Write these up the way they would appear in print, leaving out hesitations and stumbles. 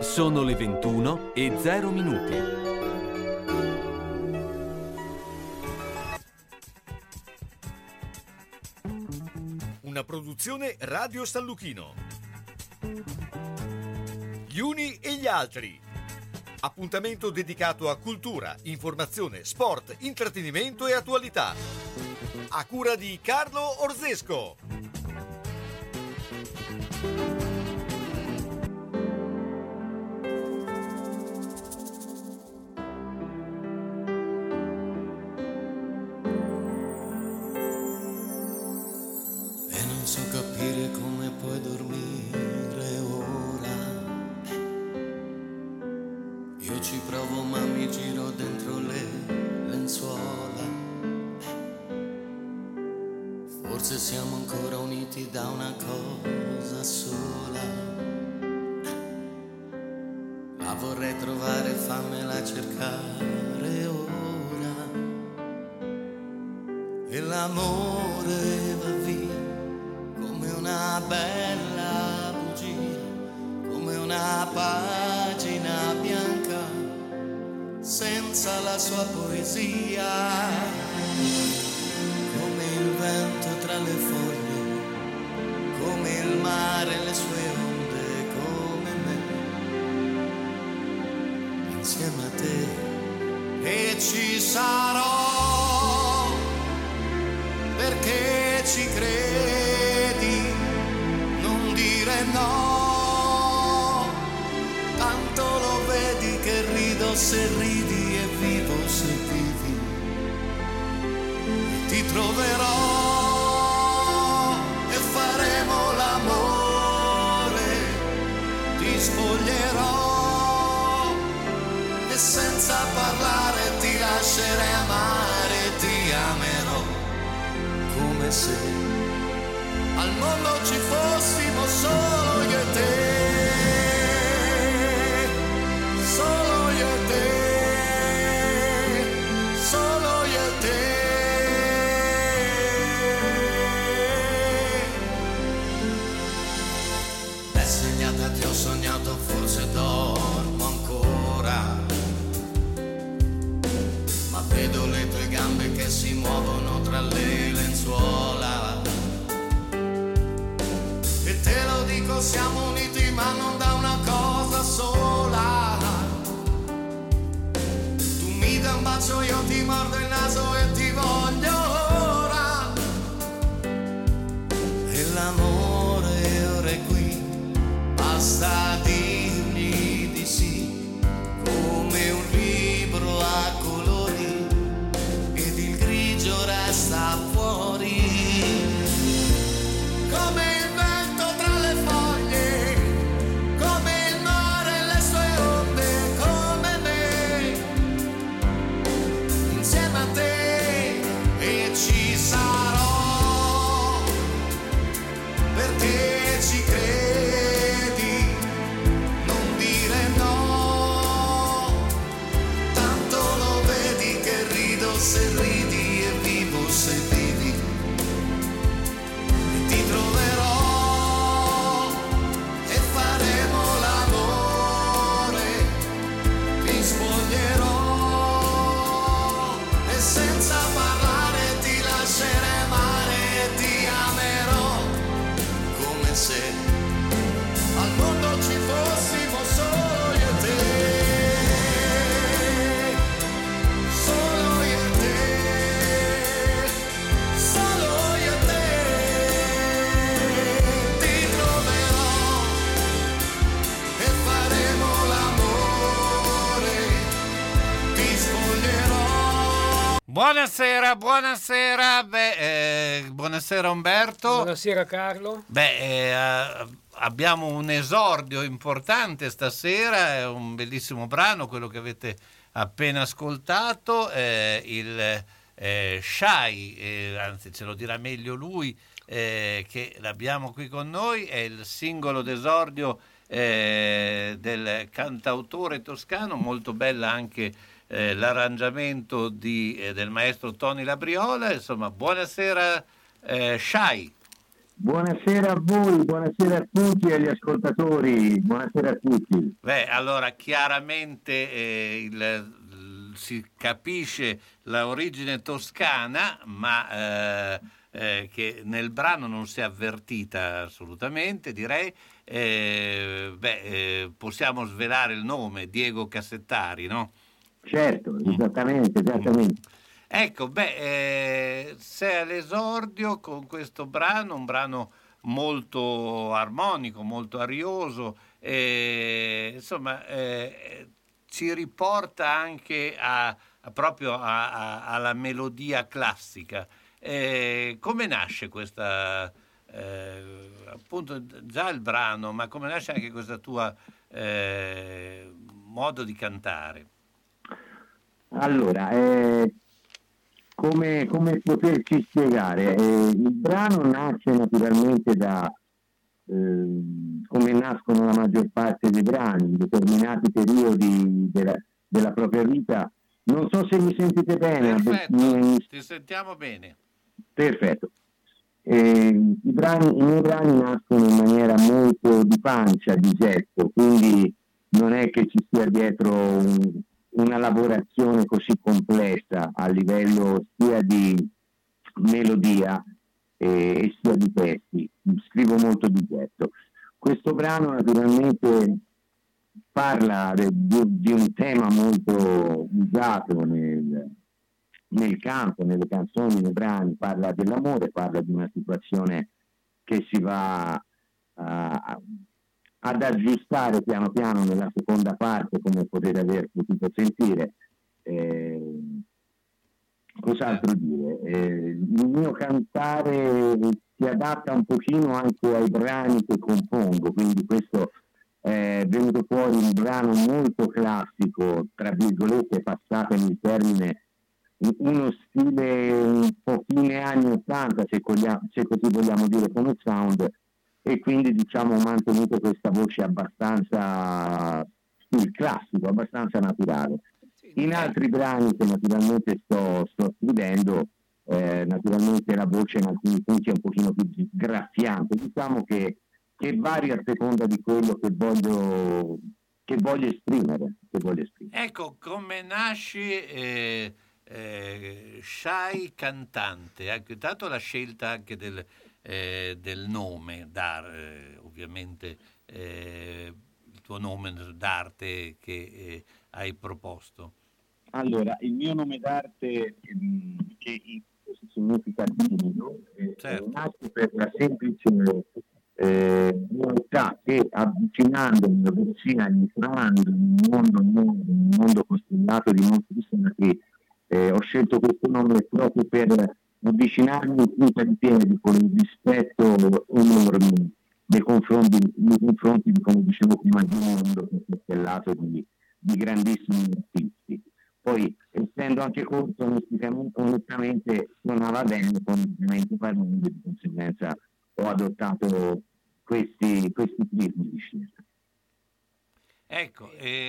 Sono le 21:00. Una produzione Radio San Luchino. Gli uni e gli altri. Appuntamento dedicato a cultura, informazione, sport, intrattenimento e attualità. A cura di Carlo Orzesco. Forse siamo ancora uniti da una cosa sola. La vorrei trovare, fammela cercare ora. E l'amore va via come una bella bugia, come una pagina bianca senza la sua poesia. Come il vento tra le foglie, come il mare e le sue onde, come me, insieme a te. E ci sarò, perché ci credi, non dire no, tanto lo vedi che rido se ridi e vivo se vivi. Ti troverò e faremo l'amore, ti spoglierò e senza parlare ti lascerei amare, ti amerò come se al mondo ci fossimo solo io e te, solo io e te, solo io e te. Ti ho sognato, forse dormo ancora, ma vedo le tue gambe che si muovono tra le lenzuola. E te lo dico, siamo uniti ma non da una cosa sola. Tu mi dai un bacio, io ti mordo il naso e ti voglio ora. E l'amore ora è qui, basta dirgli di sì, come un libro a colori ed il grigio resta fuori, come il vento tra le foglie, come il mare e le sue onde, come me, insieme a te. E ci sarò, perché ci credi, non dire no, tanto lo vedi che rido se ridi e vivo se vivi. E ti troverò e faremo l'amore, ti spoglierò e senza parlare ti lascerei amare e ti amerò come se al mondo ci fossimo solo io e te, solo io e te, solo io e te. Ti troverò e faremo l'amore, ti spoglierò. Buonasera. Buonasera Umberto. Buonasera Carlo. Abbiamo un esordio importante stasera, è un bellissimo brano quello che avete appena ascoltato, il Shy, anzi ce lo dirà meglio lui, che l'abbiamo qui con noi, è il singolo d'esordio del cantautore toscano, molto bella anche l'arrangiamento del maestro Tony Labriola. Insomma, buonasera Shy. Buonasera a voi, buonasera a tutti e agli ascoltatori, buonasera a tutti. Beh, allora chiaramente si capisce l'origine toscana, ma che nel brano non si è avvertita assolutamente, direi. Possiamo svelare il nome, Diego Cassettari, no? Certo, esattamente. Ecco, sei all'esordio con questo brano, un brano molto armonico, molto arioso, insomma, ci riporta anche proprio alla melodia classica. Come nasce questa, appunto, già il brano, ma come nasce anche questa tua modo di cantare? Allora, come poterci spiegare? Il brano nasce naturalmente da come nascono la maggior parte dei brani, in determinati periodi della propria vita. Non so se mi sentite bene. Perfetto, ti sentiamo bene. Perfetto. I miei brani nascono in maniera molto di pancia, di getto, quindi non è che ci sia dietro una lavorazione così complessa a livello sia di melodia e sia di testi. Scrivo molto di getto. Questo brano naturalmente parla di un tema molto usato nel canto, nelle canzoni, nei brani, parla dell'amore, parla di una situazione che si va ad aggiustare piano piano nella seconda parte, come potete aver potuto sentire. Cos'altro dire? Il mio cantare si adatta un pochino anche ai brani che compongo, quindi questo è venuto fuori un brano molto classico, tra virgolette, passatemi il termine, uno stile un po' fine anni 80, se così vogliamo dire, come sound, e quindi diciamo ho mantenuto questa voce abbastanza sul classico, abbastanza naturale. In altri brani che naturalmente sto scrivendo, naturalmente la voce in alcuni punti è un pochino più graffiante, diciamo che varia a seconda di quello che voglio esprimere. Ecco, come nasce Shy Cantante? Intanto la scelta anche del nome, ovviamente il tuo nome d'arte che hai proposto. Allora, il mio nome d'arte, che significa timido, nasce per la semplice volontà che, avvicinandomi, entrando in un mondo costellato di molti sacri, ho scelto questo nome proprio per avvicinarmi in punta di piedi con il rispetto enorme nei confronti di, come dicevo prima, di un mondo costellato di grandissimi artisti. Poi, essendo anche corto, onestamente suonava bene con ovviamente parlando, di conseguenza ho adottato questi prismi di scelta. Ecco,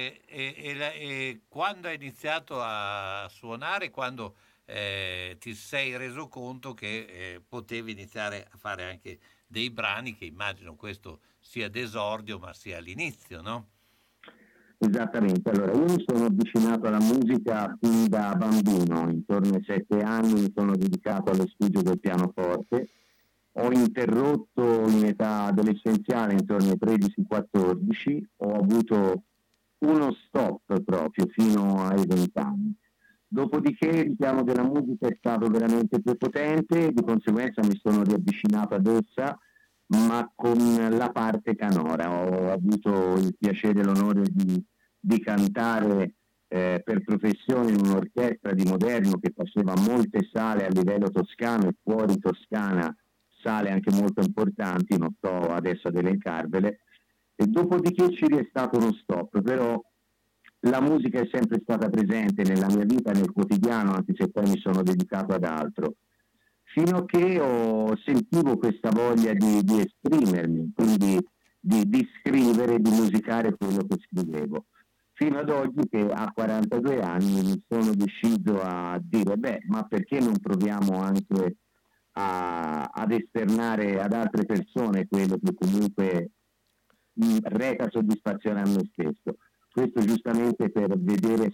e quando hai iniziato a suonare, quando ti sei reso conto che potevi iniziare a fare anche dei brani, che immagino questo sia d'esordio ma sia l'inizio, no? Esattamente, allora io mi sono avvicinato alla musica fin da bambino, intorno ai 7 anni mi sono dedicato allo studio del pianoforte, ho interrotto in età adolescenziale intorno ai 13-14, ho avuto uno stop proprio fino ai 20 anni. Dopodiché il piano della musica è stato veramente prepotente, di conseguenza mi sono riavvicinato ad essa, ma con la parte canora. Ho avuto il piacere e l'onore di cantare per professione in un'orchestra di Moderno che faceva molte sale a livello toscano e fuori Toscana, sale anche molto importanti, non sto adesso ad elencarvele, e dopodiché ci è stato uno stop, però la musica è sempre stata presente nella mia vita, nel quotidiano, anche se poi mi sono dedicato ad altro, fino a che sentivo questa voglia di esprimermi, quindi di scrivere, di musicare quello che scrivevo. Fino ad oggi che a 42 anni mi sono deciso a dire, ma perché non proviamo anche ad esternare ad altre persone quello che comunque reca soddisfazione a me stesso. Questo giustamente per vedere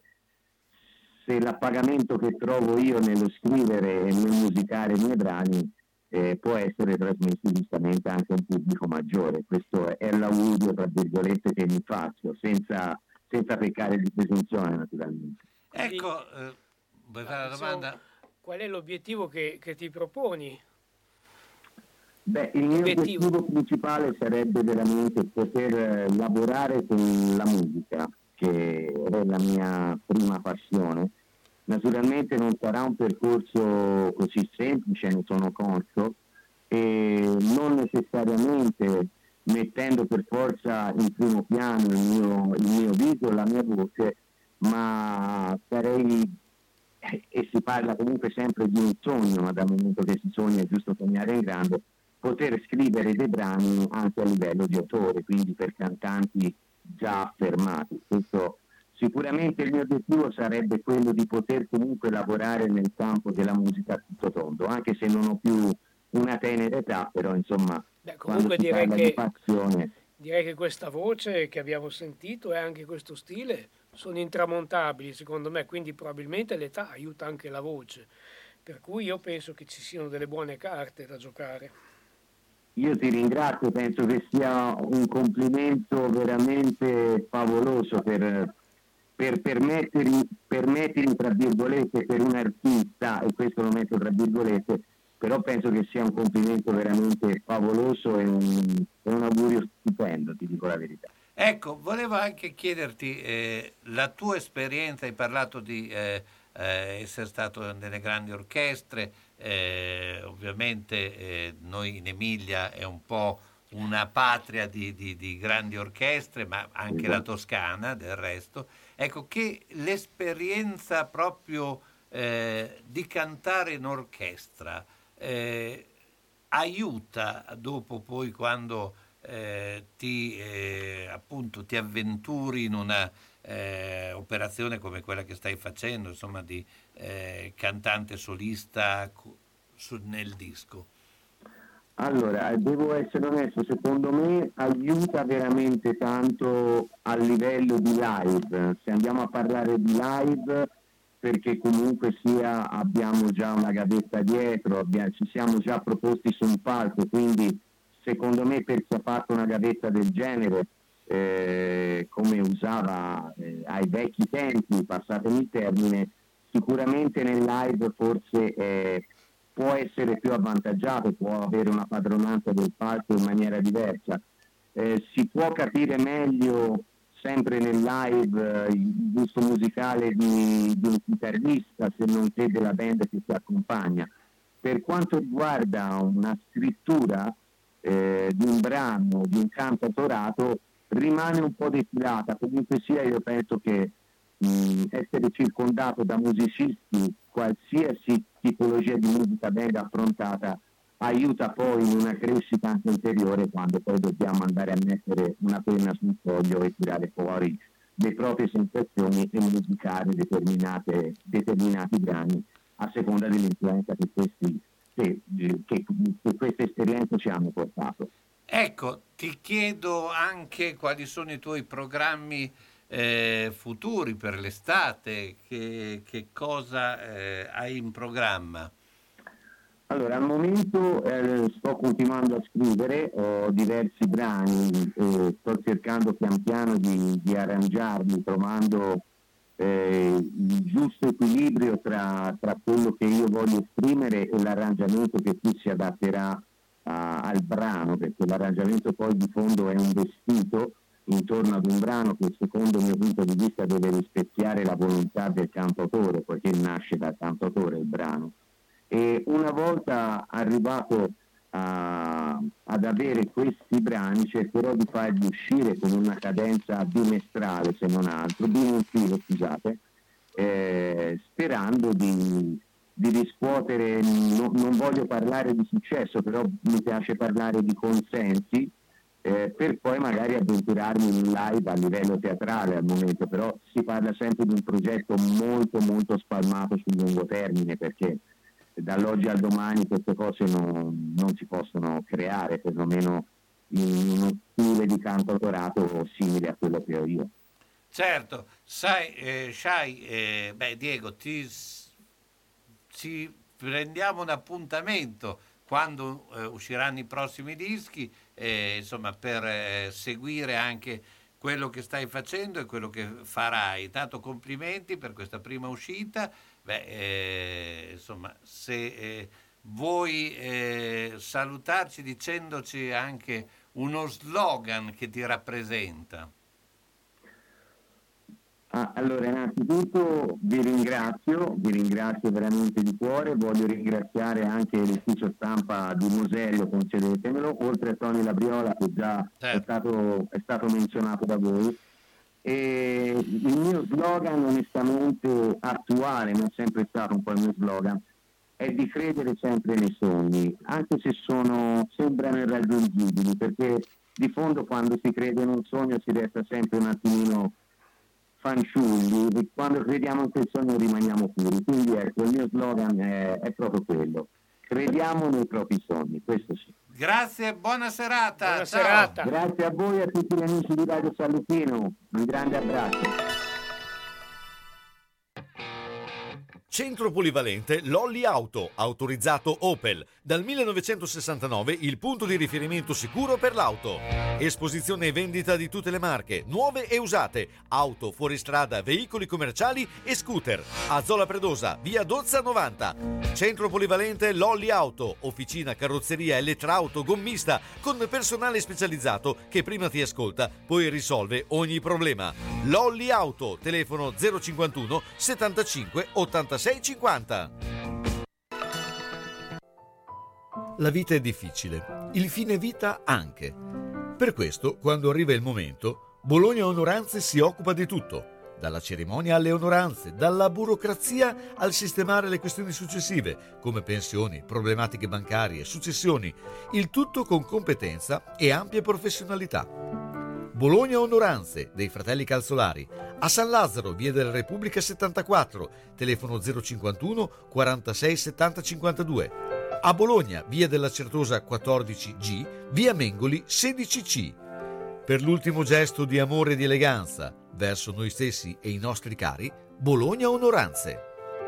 se l'appagamento che trovo io nello scrivere e nel musicare i miei brani può essere trasmesso giustamente anche a un pubblico maggiore. Questo è l'augurio, tra virgolette, che mi faccio, senza peccare di presunzione, naturalmente. Ecco, vuoi fare la domanda? Qual è l'obiettivo che ti proponi? Beh, il mio obiettivo principale sarebbe veramente poter lavorare con la musica, che è la mia prima passione. Naturalmente non sarà un percorso così semplice, ne sono conscio, e non necessariamente mettendo per forza in primo piano il mio viso, la mia voce, ma sarei, e si parla comunque sempre di un sogno, ma dal momento che si sogna è giusto sognare in grande, poter scrivere dei brani anche a livello di autore, quindi per cantanti già affermati. Questo sicuramente il mio obiettivo sarebbe quello di poter comunque lavorare nel campo della musica a tutto tondo, anche se non ho più una tenera età, però insomma, comunque direi di passione. Direi che questa voce che abbiamo sentito e anche questo stile sono intramontabili secondo me, quindi probabilmente l'età aiuta anche la voce, per cui io penso che ci siano delle buone carte da giocare. Io ti ringrazio, penso che sia un complimento veramente favoloso per permettere, tra virgolette, per un artista, e questo lo metto tra virgolette, però penso che sia un complimento veramente favoloso e un augurio stupendo, ti dico la verità. Ecco, volevo anche chiederti la tua esperienza, hai parlato di essere stato nelle grandi orchestre, ovviamente noi in Emilia è un po' una patria di grandi orchestre, ma anche la Toscana del resto. Ecco, che l'esperienza proprio di cantare in orchestra aiuta dopo poi quando ti avventuri in una operazione come quella che stai facendo, insomma, di cantante solista nel disco. Allora, devo essere onesto, secondo me aiuta veramente tanto a livello di live. Se andiamo a parlare di live, perché comunque sia abbiamo già una gavetta dietro, ci siamo già proposti su un palco, quindi secondo me per chi ha fatto una gavetta del genere, come usava ai vecchi tempi, passatemi il termine, sicuramente nel live forse può essere più avvantaggiato, può avere una padronanza del palco in maniera diversa. Si può capire meglio sempre nel live il gusto musicale di un chitarrista, se non che della band che ti accompagna. Per quanto riguarda una scrittura di un brano, di un cantautorato, rimane un po' defilata. Comunque sia, io penso che essere circondato da musicisti, qualsiasi tipologia di musica venga affrontata, aiuta poi in una crescita anche ulteriore quando poi dobbiamo andare a mettere una penna sul foglio e tirare fuori le proprie sensazioni e musicare determinati brani a seconda dell'influenza che queste esperienze ci hanno portato. Ecco, ti chiedo anche quali sono i tuoi programmi futuri per l'estate, che cosa hai in programma? Allora, al momento sto continuando a scrivere, ho diversi brani, sto cercando pian piano di arrangiarli, trovando il giusto equilibrio tra quello che io voglio esprimere e l'arrangiamento che più si adatterà al brano, perché l'arrangiamento poi di fondo è un vestito intorno ad un brano che secondo il mio punto di vista deve rispecchiare la volontà del cantautore, poiché nasce dal cantautore il brano. E una volta arrivato ad avere questi brani cercherò di farli uscire con una cadenza bimestrale, se non altro, bimensile, scusate, sperando di riscuotere, non voglio parlare di successo, però mi piace parlare di consensi, per poi magari avventurarmi in live a livello teatrale al momento, però si parla sempre di un progetto molto molto spalmato sul lungo termine, perché dall'oggi al domani queste cose non si possono creare, perlomeno in uno stile di cantautorato simile a quello che ho io. Certo, sai, Shai, Diego, ci prendiamo un appuntamento quando usciranno i prossimi dischi, insomma, per seguire anche quello che stai facendo e quello che farai. Tanto complimenti per questa prima uscita. Insomma, se vuoi salutarci dicendoci anche uno slogan che ti rappresenta. Allora, innanzitutto vi ringrazio veramente di cuore. Voglio ringraziare anche l'ufficio stampa di Mosello, concedetemelo, oltre a Tony Labriola, che già è stato menzionato da voi. E il mio slogan, onestamente attuale, ma è sempre stato un po' il mio slogan, è di credere sempre nei sogni, anche se sembrano irraggiungibili, perché di fondo quando si crede in un sogno si resta sempre un attimino fanciulli, e quando crediamo in quel sogno rimaniamo puri. Quindi ecco, il mio slogan è proprio quello: crediamo nei propri sogni, questo sì. Grazie, buona serata. Buona serata. Grazie a voi e a tutti gli amici di Radio Salutino, un grande abbraccio. Centro polivalente Lolli Auto, autorizzato Opel. Dal 1969 il punto di riferimento sicuro per l'auto. Esposizione e vendita di tutte le marche, nuove e usate, auto, fuoristrada, veicoli commerciali e scooter. A Zola Predosa, via Dozza 90. Centro polivalente Lolli Auto, officina, carrozzeria, elettrauto, gommista, con personale specializzato che prima ti ascolta, poi risolve ogni problema. Lolli Auto, telefono 051 75 86 50. La vita è difficile, il fine vita anche. Per questo, quando arriva il momento, Bologna Onoranze si occupa di tutto. Dalla cerimonia alle onoranze, dalla burocrazia al sistemare le questioni successive, come pensioni, problematiche bancarie, successioni, il tutto con competenza e ampia professionalità. Bologna Onoranze dei Fratelli Calzolari, a San Lazzaro, via della Repubblica 74, telefono 051 46 70 52. A Bologna, via della Certosa 14G, via Mengoli 16C. Per l'ultimo gesto di amore e di eleganza verso noi stessi e i nostri cari, Bologna Onoranze.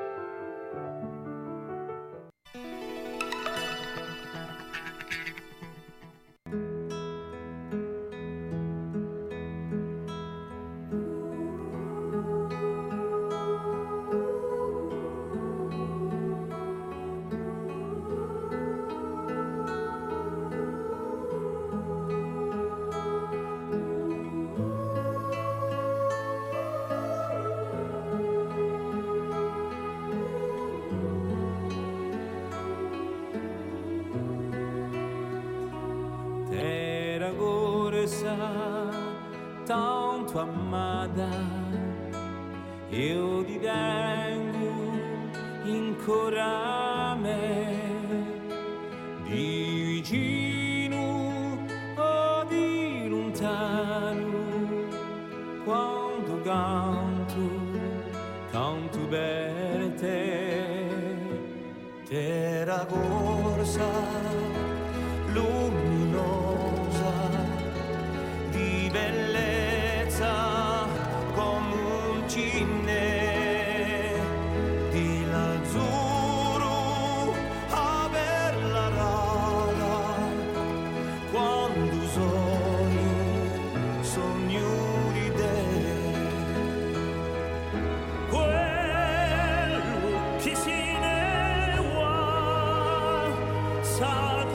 Tanto amada, io divengo ancora me, di vicino o di lontano, quando canto per te, terra corsa luminosa di bellezza come un cinne di l'azzurro a per la rada quando sogno di te, quello che si ne va sa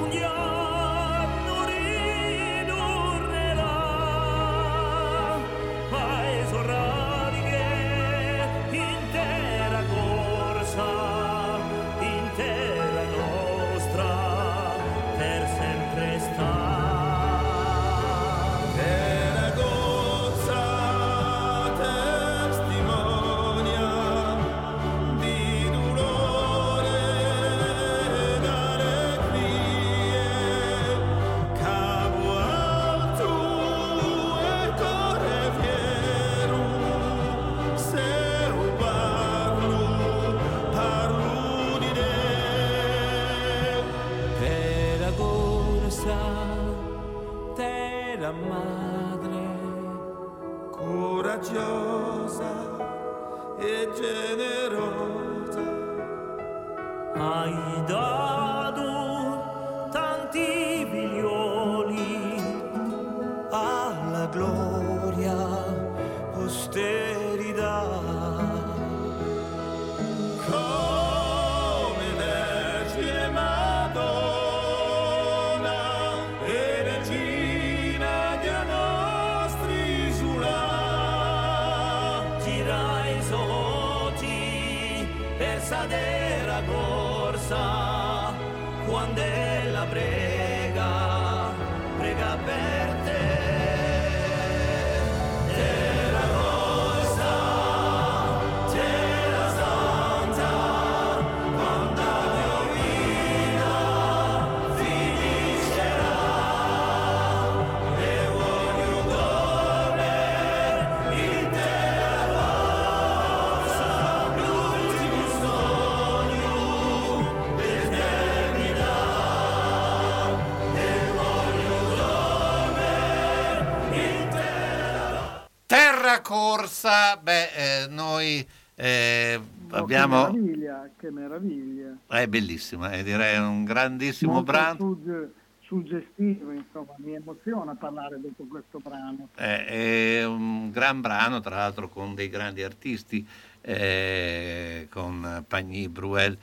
la madre coraggiosa e generosa, hai dato tanti figlioli alla gloria posterità. Come Vergine Madonna e Regina dei nostri Isola, girai soti per sadera corsa, quando ella prega, prega per te. Terra rossa, terra santa, quando piovina finiscerà, e voglio dormire in terra rossa, l'ultimo sogno per terminare, e voglio dormire in terra rossa. Terra corsa, noi abbiamo... Che meraviglia. È bellissima, direi un grandissimo brano. Suggestivo, insomma, mi emoziona parlare dopo questo brano. È un gran brano, tra l'altro con dei grandi artisti, con Pagny, Bruel.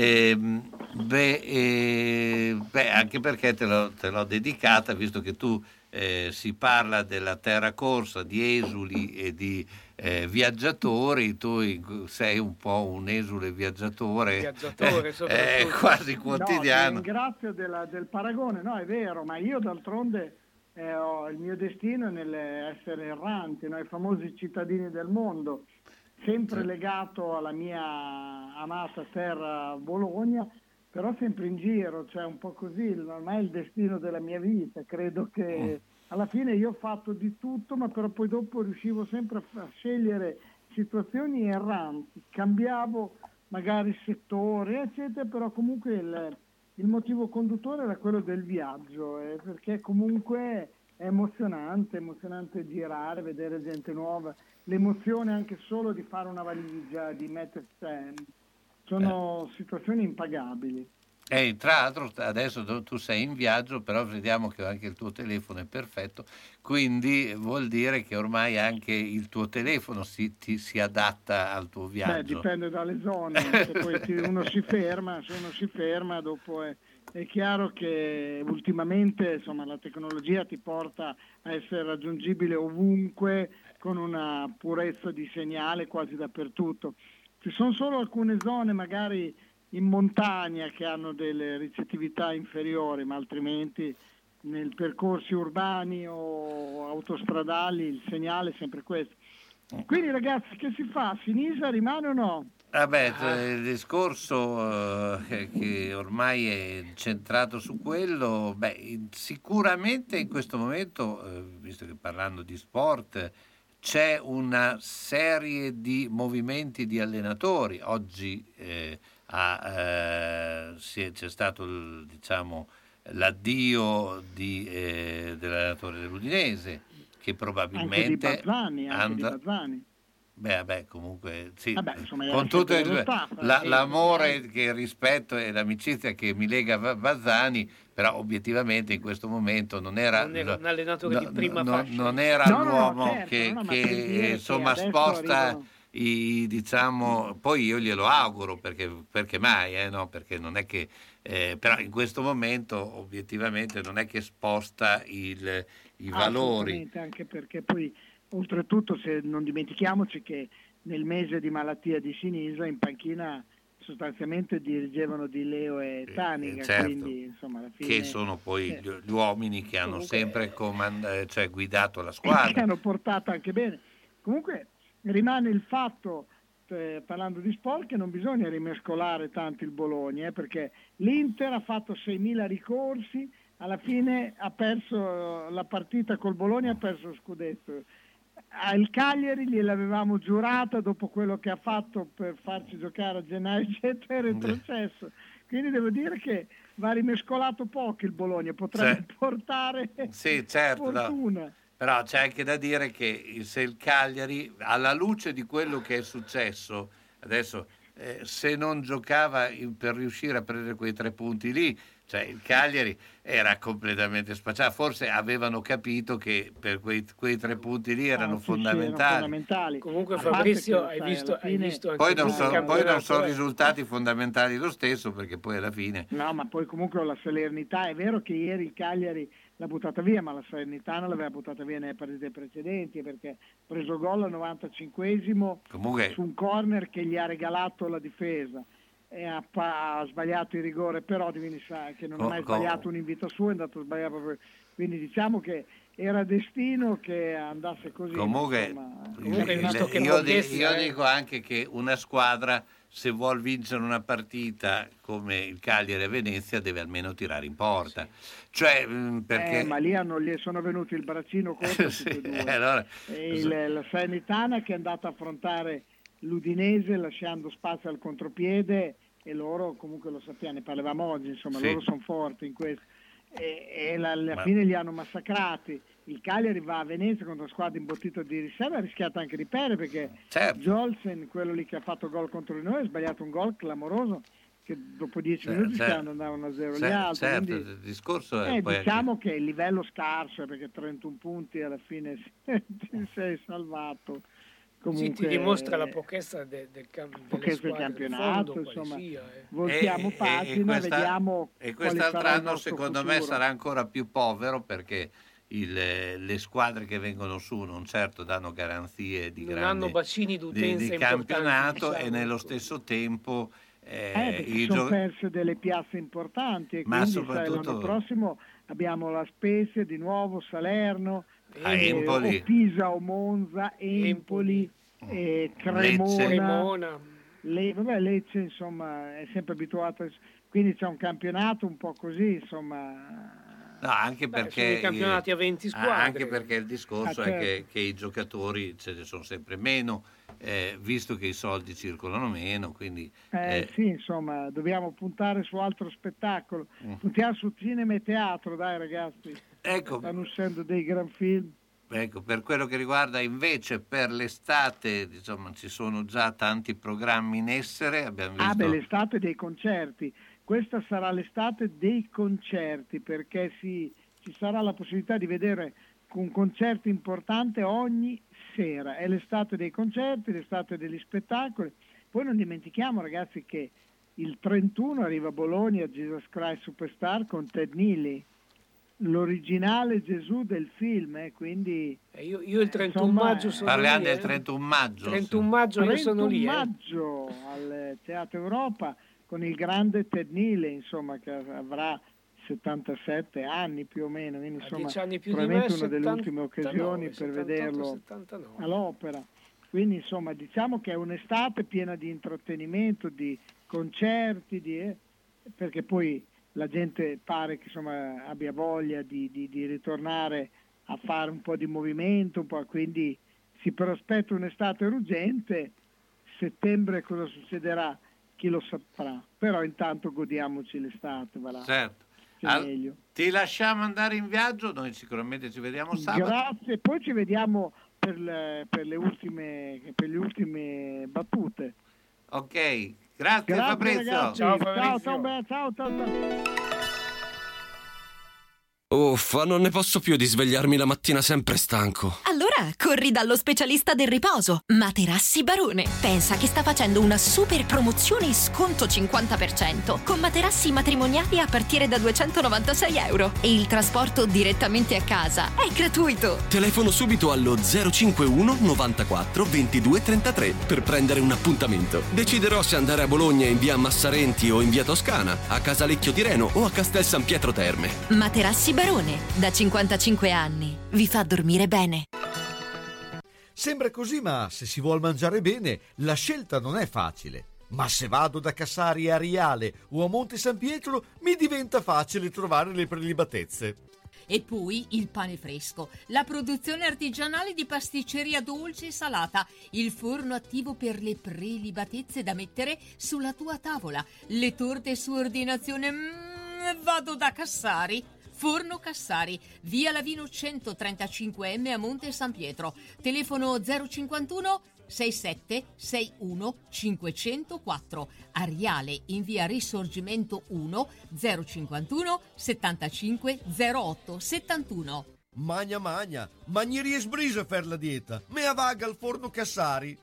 Anche perché te l'ho dedicata, visto che tu si parla della terra corsa, di esuli e di viaggiatori, tu sei un po' un esule viaggiatore soprattutto. quasi No, quotidiano. ti ringrazio del paragone, no, è vero, ma io d'altronde il mio destino è nell'essere errante, no? I famosi cittadini del mondo, sempre legato alla mia amata terra Bologna, però sempre in giro, cioè un po' così, ormai è il destino della mia vita, credo che alla fine io ho fatto di tutto, ma però poi dopo riuscivo sempre a scegliere situazioni erranti, cambiavo magari settore, eccetera, però comunque il motivo conduttore era quello del viaggio, perché comunque è emozionante girare, vedere gente nuova, l'emozione anche solo di fare una valigia, di mettersi, sono situazioni impagabili. Tra l'altro adesso tu sei in viaggio, però vediamo che anche il tuo telefono è perfetto, quindi vuol dire che ormai anche il tuo telefono si adatta al tuo viaggio. Dipende dalle zone, se poi se uno si ferma, dopo è chiaro che ultimamente insomma la tecnologia ti porta a essere raggiungibile ovunque con una purezza di segnale quasi dappertutto. Ci sono solo alcune zone magari in montagna che hanno delle ricettività inferiori, ma altrimenti nei percorsi urbani o autostradali il segnale è sempre questo. Quindi ragazzi, che si fa? Sinisa rimane o no? Il discorso che ormai è centrato su quello, sicuramente in questo momento, visto che parlando di sport, c'è una serie di movimenti di allenatori. Oggi c'è stato l'addio dell'allenatore dell'Udinese, che probabilmente anche di Bazzani. Comunque sì, insomma, con tutto l'amore, sì. che il rispetto e l'amicizia che mi lega a Bazzani, però obiettivamente in questo momento non era un allenatore di prima fascia, non era l'uomo che insomma sposta poi io glielo auguro, perché mai, no? Perché non è che però in questo momento obiettivamente non è che sposta i valori, anche perché poi oltretutto non dimentichiamoci che nel mese di malattia di Sinisa in panchina sostanzialmente dirigevano Di Leo e Tanica, certo, quindi insomma alla fine, che sono poi gli uomini che hanno sempre guidato la squadra, che hanno portato anche bene. Comunque rimane il fatto, parlando di sport, che non bisogna rimescolare tanto il Bologna, perché l'Inter ha fatto 6.000 ricorsi, alla fine ha perso la partita col Bologna, ha perso lo scudetto. Il Cagliari gliel'avevamo giurata dopo quello che ha fatto per farci giocare a gennaio, eccetera, è retrocesso. Quindi devo dire che va rimescolato poco il Bologna, potrebbe portare Sì, certo, no. fortuna. Però c'è anche da dire che se il Cagliari, alla luce di quello che è successo, adesso se non giocava per riuscire a prendere quei 3 punti lì, cioè il Cagliari era completamente spacciato, forse avevano capito che per quei 3 punti lì erano fondamentali. Comunque A parte Fabrizio, che, hai visto anche Poi non, il campionato, sono risultati fondamentali lo stesso, perché poi alla fine... No, ma poi comunque la Salernità, è vero che ieri il Cagliari l'ha buttata via, ma la Salernitana l'aveva buttata via nelle partite precedenti, perché ha preso gol al 95esimo Comunque... su un corner che gli ha regalato la difesa. E ha sbagliato il rigore, però che non ha mai sbagliato un invito suo, è andato a sbagliare proprio. Quindi diciamo che era destino che andasse così. Comunque io dico anche che una squadra, se vuol vincere una partita come il Cagliari a Venezia, deve almeno tirare in porta. Cioè, perché... ma lì sono venuti il braccino contro tutti e due. Allora... la Salernitana che è andata a affrontare l'Udinese lasciando spazio al contropiede, e loro comunque lo sappiamo, ne parlavamo oggi, insomma, loro sono forti in questo, e alla fine li hanno massacrati. Il Cagliari va a Venezia contro una squadra imbottita di riserva, ha rischiato anche di perdere, perché Jolsen, quello lì che ha fatto gol contro di noi, ha sbagliato un gol clamoroso, che dopo 10 minuti andavano a 0 gli altri. Certo, quindi, il discorso è diciamo anche... che il livello scarso, perché 31 punti alla fine ti sei salvato. Comunque, ti dimostra la pochezza del campionato, insomma, voltiamo pagina, vediamo. E quest'altro anno secondo me sarà ancora più povero, perché le squadre che vengono su non certo danno garanzie di non hanno bacini d'utenza di campionato, e nello stesso tempo sono perse delle piazze importanti, e quindi l'anno prossimo abbiamo la Spezia di nuovo, Salerno, o Pisa o Monza, Empoli, Cremona, Lecce, insomma, è sempre abituato, quindi c'è un campionato un po' così, insomma. No, anche perché sono i campionati a 20 squadre. Anche perché il discorso è che i giocatori ce ne sono sempre meno, visto che i soldi circolano meno, quindi sì, insomma, dobbiamo puntare su altro spettacolo, puntiamo su cinema e teatro, dai ragazzi. Ecco, stanno uscendo dei gran film. Ecco, per quello che riguarda invece per l'estate, insomma, ci sono già tanti programmi in essere, abbiamo visto... l'estate dei concerti. Questa sarà l'estate dei concerti, perché ci sarà la possibilità di vedere un concerto importante ogni sera. È l'estate dei concerti, l'estate degli spettacoli. Poi non dimentichiamo, ragazzi, che il 31 arriva a Bologna Jesus Christ Superstar con Ted Neely, l'originale Gesù del film, quindi io il 31 maggio sono parliamo lì, del 31 maggio 31 maggio io sono lì, maggio al Teatro Europa con il grande Ted Neely, insomma, che avrà 77 anni più o meno, quindi insomma probabilmente una delle ultime occasioni per 78, vederlo 79. All'opera. Quindi insomma diciamo che è un'estate piena di intrattenimento, di concerti, perché poi la gente pare che insomma abbia voglia di ritornare a fare un po' di movimento, quindi si prospetta un'estate ruggente. Settembre cosa succederà? Chi lo saprà, però intanto godiamoci l'estate, va là. Certo. Meglio. Ti lasciamo andare in viaggio, noi sicuramente ci vediamo sabato. Grazie, poi ci vediamo per le ultime battute. Ok, grazie Fabrizio. Ragazzi. Ciao Fabrizio. Ciao. Uffa, non ne posso più di svegliarmi la mattina sempre stanco. Allora corri dallo specialista del riposo, Materassi Barone. Pensa che sta facendo una super promozione e sconto 50% con materassi matrimoniali a partire da €296 e il trasporto direttamente a casa è gratuito. Telefono subito allo 051 94 22 33 per prendere un appuntamento. Deciderò se andare a Bologna in via Massarenti o in via Toscana, a Casalecchio di Reno o a Castel San Pietro Terme. Materassi Barone, da 55 anni, vi fa dormire bene. Sembra così, ma se si vuol mangiare bene, la scelta non è facile. Ma se vado da Cassari a Riale o a Monte San Pietro, mi diventa facile trovare le prelibatezze. E poi il pane fresco, la produzione artigianale di pasticceria dolce e salata, il forno attivo per le prelibatezze da mettere sulla tua tavola, le torte su ordinazione Vado da Cassari. Forno Cassari, via Lavino 135M a Monte San Pietro. Telefono 051 67 61 504. Ariale in via Risorgimento 1 051 75 08 71. Magna, magnerie sbrisa per la dieta. Me avaga al Forno Cassari.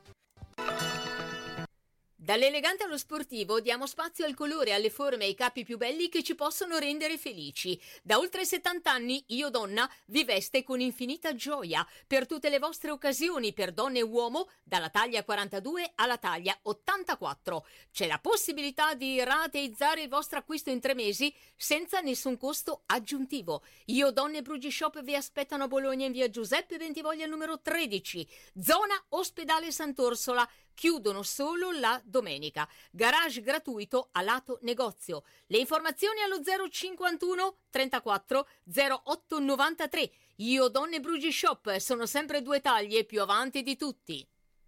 Dall'elegante allo sportivo diamo spazio al colore, alle forme e ai capi più belli che ci possono rendere felici. Da oltre 70 anni Io Donna vi veste con infinita gioia per tutte le vostre occasioni, per donna e uomo, dalla taglia 42 alla taglia 84. C'è la possibilità di rateizzare il vostro acquisto in 3 mesi senza nessun costo aggiuntivo. Io Donna e Brugi Shop vi aspettano a Bologna in via Giuseppe Bentivoglia numero 13, zona Ospedale Sant'Orsola. Chiudono solo la domenica. Garage gratuito a lato negozio. Le informazioni allo 051 34 08 93. Io Donne Brugi Shop, sono sempre 2 taglie più avanti di tutti.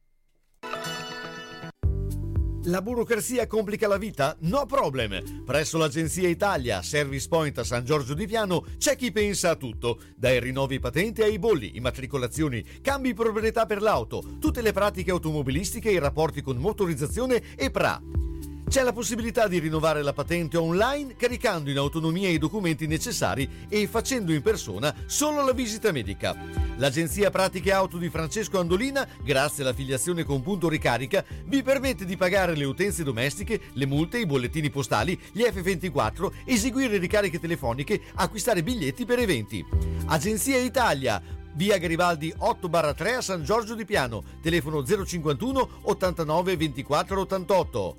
La burocrazia complica la vita? No problem! Presso l'Agenzia Italia Service Point a San Giorgio di Piano c'è chi pensa a tutto, dai rinnovi patente ai bolli, immatricolazioni, cambi proprietà per l'auto, tutte le pratiche automobilistiche e i rapporti con motorizzazione e PRA. C'è la possibilità di rinnovare la patente online caricando in autonomia i documenti necessari e facendo in persona solo la visita medica. L'Agenzia Pratiche Auto di Francesco Andolina, grazie all'affiliazione con Punto Ricarica, vi permette di pagare le utenze domestiche, le multe, i bollettini postali, gli F24, eseguire ricariche telefoniche, acquistare biglietti per eventi. Agenzia Italia, via Garibaldi 8/3 a San Giorgio di Piano, telefono 051 89 24 88.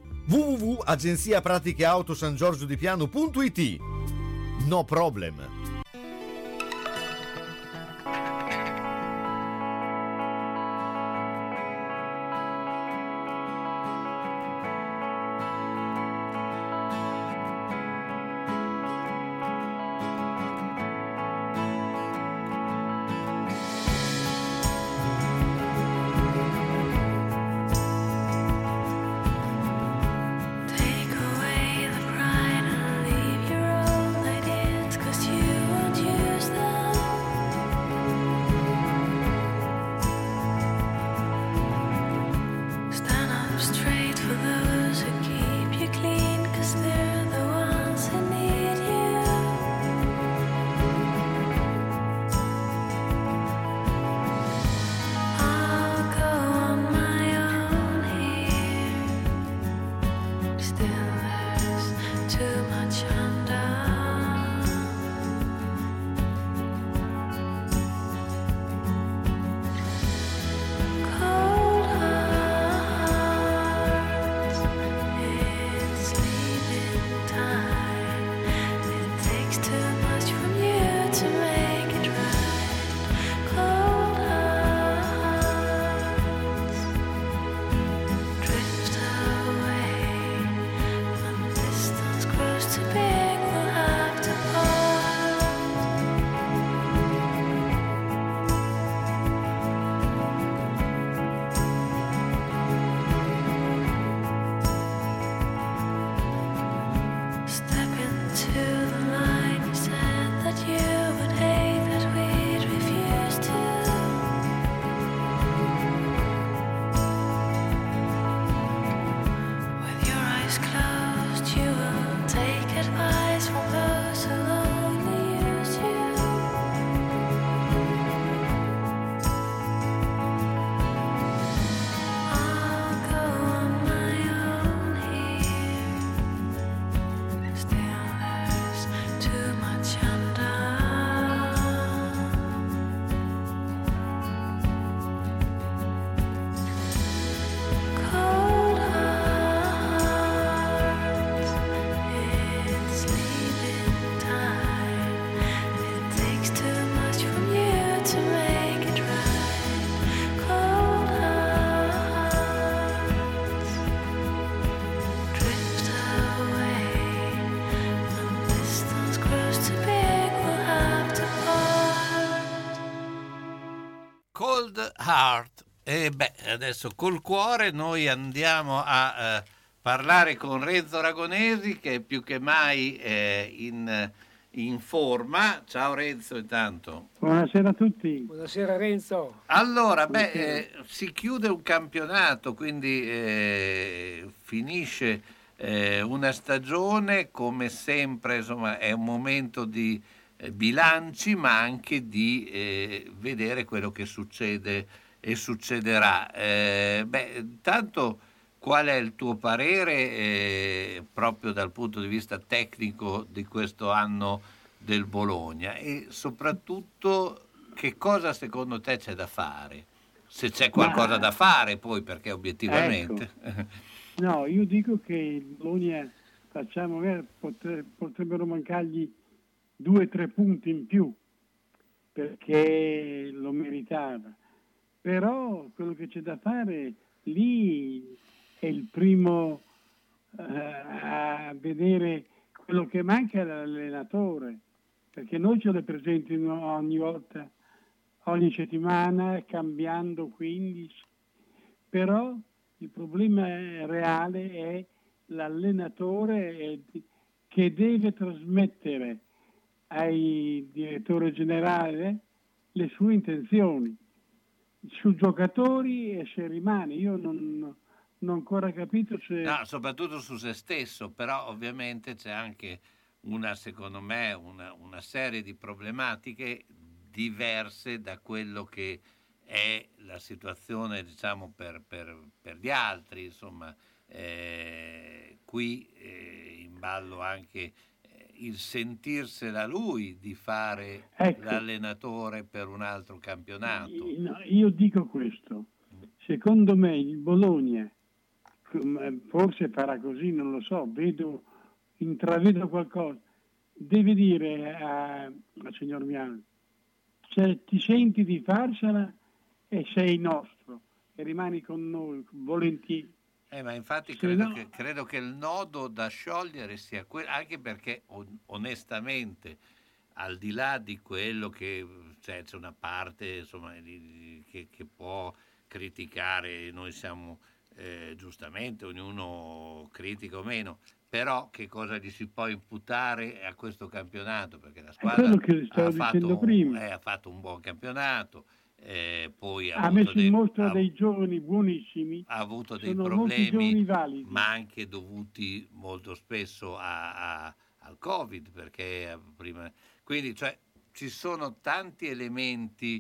www.agenziapraticheautosangiorgiodipiano.it. No problem. Cold Heart. E adesso col cuore noi andiamo a parlare con Renzo Aragonesi, che è più che mai in forma. Ciao Renzo, intanto. Buonasera a tutti. Buonasera Renzo. Allora, si chiude un campionato, quindi finisce una stagione, come sempre, insomma, è un momento di bilanci, ma anche di vedere quello che succede e succederà. Intanto, qual è il tuo parere proprio dal punto di vista tecnico di questo anno del Bologna e soprattutto che cosa secondo te c'è da fare? Se c'è qualcosa da fare poi, perché obiettivamente... Ecco. No, io dico che il Bologna potrebbero mancargli 2-3 punti in più perché lo meritava. Però quello che c'è da fare lì è il primo a vedere quello che manca all'allenatore, perché noi ce le presentiamo ogni volta, ogni settimana, cambiando 15, però il problema reale è l'allenatore che deve trasmettere ai direttore generale le sue intenzioni su giocatori e se rimane. Io non ho ancora capito se... No, soprattutto su se stesso, però ovviamente c'è anche secondo me, una serie di problematiche diverse da quello che è la situazione, diciamo, per gli altri, insomma, qui in ballo anche il sentirsela lui di fare l'allenatore per un altro campionato. Io dico questo, secondo me il Bologna forse farà così, non lo so, intravedo qualcosa, deve dire al signor Miano, se ti senti di farsela e sei nostro e rimani con noi volentieri. Ma infatti credo che il nodo da sciogliere sia quello, anche perché onestamente, al di là di quello che c'è una parte, insomma, che può criticare, noi siamo giustamente, ognuno critica o meno, però che cosa gli si può imputare a questo campionato? Perché la squadra ha fatto un buon campionato. Poi ha messo in mostra dei giovani buonissimi, ha avuto dei problemi, ma anche dovuti molto spesso al Covid, perché prima, quindi ci sono tanti elementi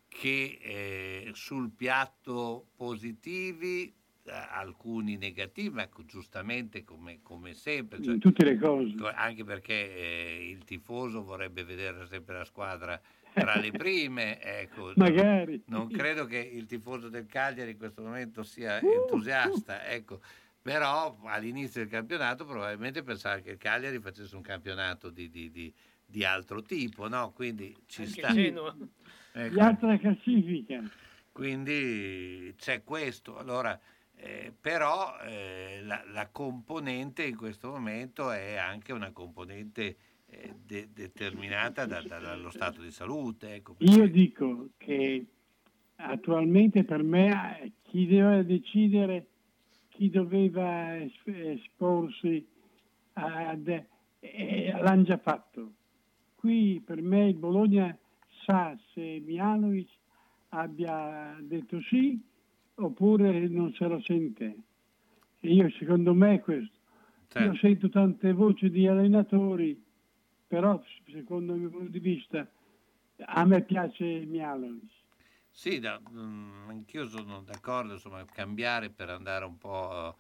che sul piatto positivi, alcuni negativi, ma giustamente come sempre, in tutte le cose, anche perché il tifoso vorrebbe vedere sempre la squadra tra le prime, ecco. Magari. Non credo che il tifoso del Cagliari in questo momento sia entusiasta, ecco. Però all'inizio del campionato probabilmente pensava che il Cagliari facesse un campionato di altro tipo, no? Quindi ci anche sta. Gli altra classifica. Quindi c'è questo. Allora, però la componente in questo momento è anche una componente determinata dallo stato di salute. Ecco, io dico che attualmente per me chi doveva decidere, chi doveva esporsi l'hanno già fatto. Qui per me il Bologna sa se Mihajlovic abbia detto sì oppure non se lo sente. E secondo me è questo. Certo. Io sento tante voci di allenatori, però secondo il mio punto di vista a me piace Mihajlovic. Sì, anch'io sono d'accordo, insomma, cambiare per andare un po'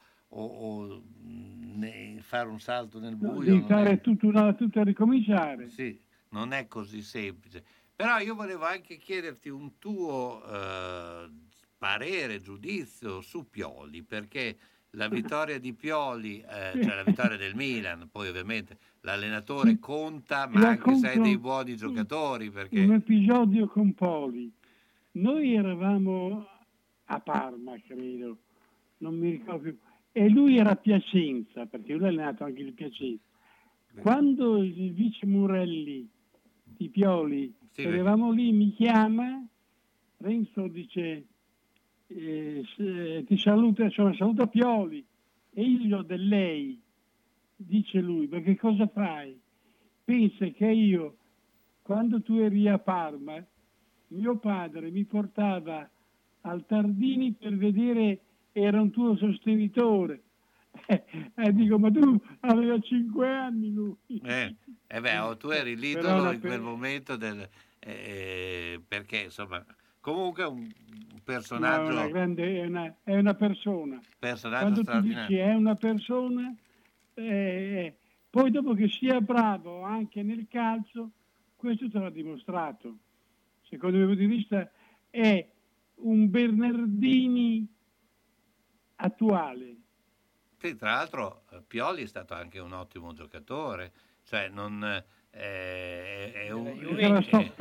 fare un salto nel buio. Devi fare tutto a ricominciare. Sì, non è così semplice. Però io volevo anche chiederti un tuo parere, giudizio su Pioli, perché la vittoria di Pioli, cioè la vittoria del Milan, poi ovviamente l'allenatore conta, ma anche se hai dei buoni giocatori. Perché... Un episodio con Pioli. Noi eravamo a Parma, credo, non mi ricordo più, e lui era a Piacenza, perché lui è allenato anche il Piacenza. Quando il vice Murelli di Pioli, eravamo lì, mi chiama, Renzo dice, ti saluta, saluta Pioli, e io del lei, dice lui, ma che cosa fai? Pensa che io, quando tu eri a Parma, mio padre mi portava al Tardini per vedere, era un tuo sostenitore. Dico, ma tu aveva 5 anni lui. Tu eri l'idolo in quel momento perché insomma comunque un personaggio, è una persona. Quando tu dici è una persona, poi dopo che sia bravo anche nel calcio, questo te l'ha dimostrato. Secondo il mio punto di vista è un Bernardini attuale. Sì, tra l'altro Pioli è stato anche un ottimo giocatore, cioè non è uno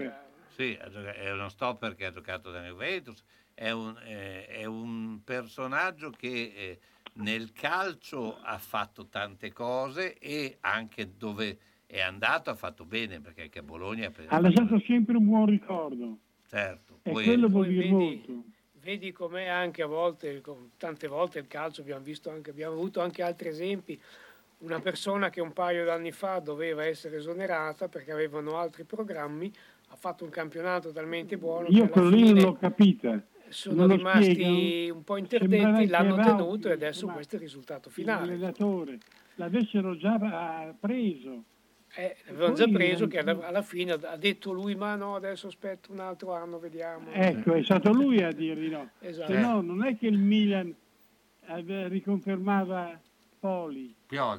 stopper che ha giocato da Juventus, è un personaggio che nel calcio ha fatto tante cose e anche dove è andato ha fatto bene, perché anche a Bologna ha lasciato sempre un buon ricordo. Certo. E quello vuol dire molto. Vedi com'è anche a volte, tante volte il calcio, abbiamo avuto anche altri esempi, una persona che un paio d'anni fa doveva essere esonerata perché avevano altri programmi, ha fatto un campionato talmente buono io che quello alla lì fine non l'ho capita. Sono rimasti un po' interdetti, l'hanno tenuto e adesso questo è il risultato finale. L'allenatore l'avessero già preso. L'avevano già preso, che alla fine ha detto lui, ma no, adesso aspetta un altro anno, vediamo. Ecco, è stato lui a dire no. Esatto. Se no, non è che il Milan riconfermava Pioli.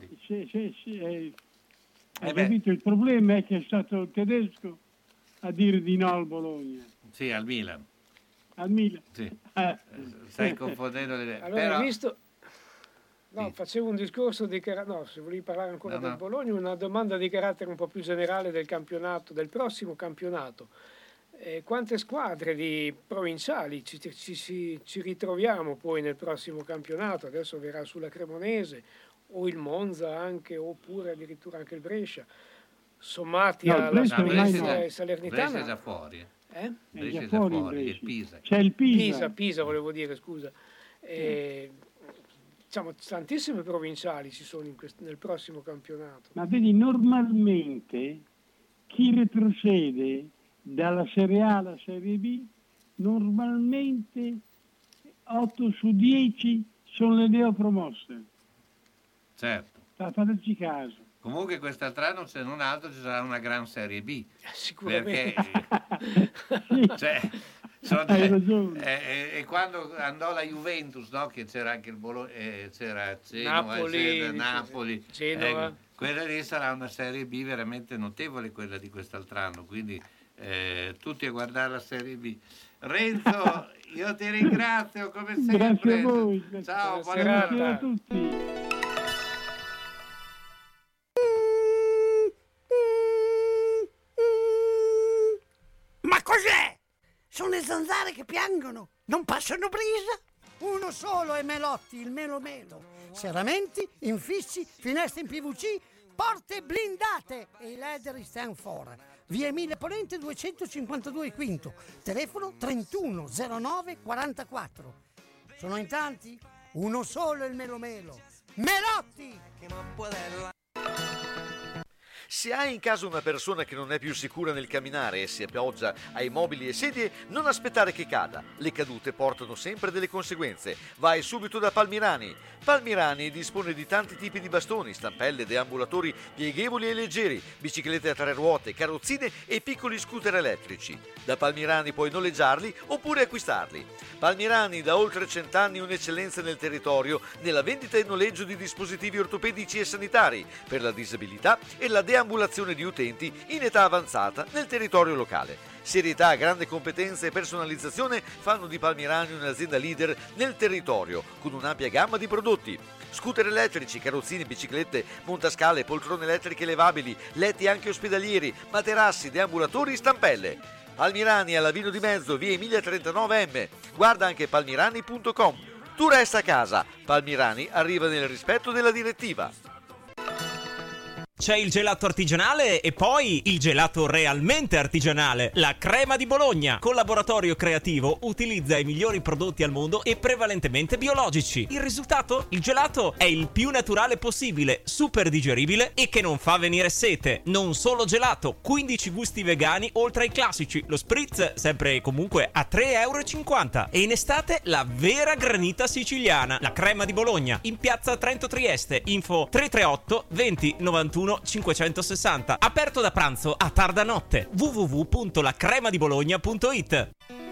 Hai capito? Il problema è che è stato il tedesco a dire di no al Bologna. Sì, al Milan. Al Milan. Sì. Stai confondendo le idee. Allora, visto... No, facevo un discorso di se volevi parlare ancora del Bologna, una domanda di carattere un po' più generale del campionato, del prossimo campionato. Quante squadre di provinciali ci ritroviamo poi nel prossimo campionato? Adesso verrà sulla Cremonese o il Monza anche, oppure addirittura anche il Brescia, sommati alla Salernitana. Brescia è già fuori. Brescia è già fuori, il Pisa. C'è il Pisa volevo dire, scusa. Diciamo, tantissime provinciali ci sono nel prossimo campionato. Ma vedi, normalmente chi retrocede dalla Serie A alla Serie B, normalmente 8 su 10 sono le neopromosse. Certo. Fateci caso. Comunque quest'altro anno, se non altro, ci sarà una gran Serie B. Sicuramente. Perché... Hai ragione. E quando andò la Juventus, no? Che c'era anche il Bologna, c'era Genova, Napoli, Genova. Quella lì sarà una Serie B veramente notevole, quella di quest'altro anno, quindi tutti a guardare la Serie B. Renzo, io ti ringrazio come sempre. Grazie a voi. Ciao, buona serata a tutti. Ma cos'è? Sono le zanzare che piangono, non passano brisa. Uno solo è Melotti, il Melo Melo. Serramenti, infissi, finestre in PVC, porte blindate e i leder stand for. Via Emilia Ponente 252 Quinto, telefono 31 09 44. Sono in tanti? Uno solo è il Melo Melo. Melotti! Se hai in casa una persona che non è più sicura nel camminare e si appoggia ai mobili e sedie, non aspettare che cada. Le cadute portano sempre delle conseguenze. Vai subito da Palmirani. Palmirani dispone di tanti tipi di bastoni, stampelle, deambulatori pieghevoli e leggeri, biciclette a 3 ruote, carrozzine e piccoli scooter elettrici. Da Palmirani puoi noleggiarli oppure acquistarli. Palmirani, da oltre 100 anni un'eccellenza nel territorio nella vendita e noleggio di dispositivi ortopedici e sanitari per la disabilità e la deambulazione di utenti in età avanzata nel territorio locale. Serietà, grande competenza e personalizzazione fanno di Palmirani un'azienda leader nel territorio, con un'ampia gamma di prodotti. Scooter elettrici, carrozzine, biciclette, montascale, poltrone elettriche levabili, letti anche ospedalieri, materassi, deambulatori, stampelle. Palmirani alla Vino di Mezzo, via Emilia 39M. Guarda anche palmirani.com. Tu resta a casa. Palmirani arriva nel rispetto della direttiva. C'è il gelato artigianale e poi il gelato realmente artigianale, la Crema di Bologna. Con laboratorio creativo utilizza i migliori prodotti al mondo e prevalentemente biologici. Il risultato? Il gelato è il più naturale possibile, super digeribile e che non fa venire sete. Non solo gelato, 15 gusti vegani oltre ai classici. Lo spritz sempre e comunque a 3,50 €. E in estate la vera granita siciliana, la Crema di Bologna, in piazza Trento Trieste. Info 338 20 91 560. Aperto da pranzo a tarda notte. www.lacremadibologna.it.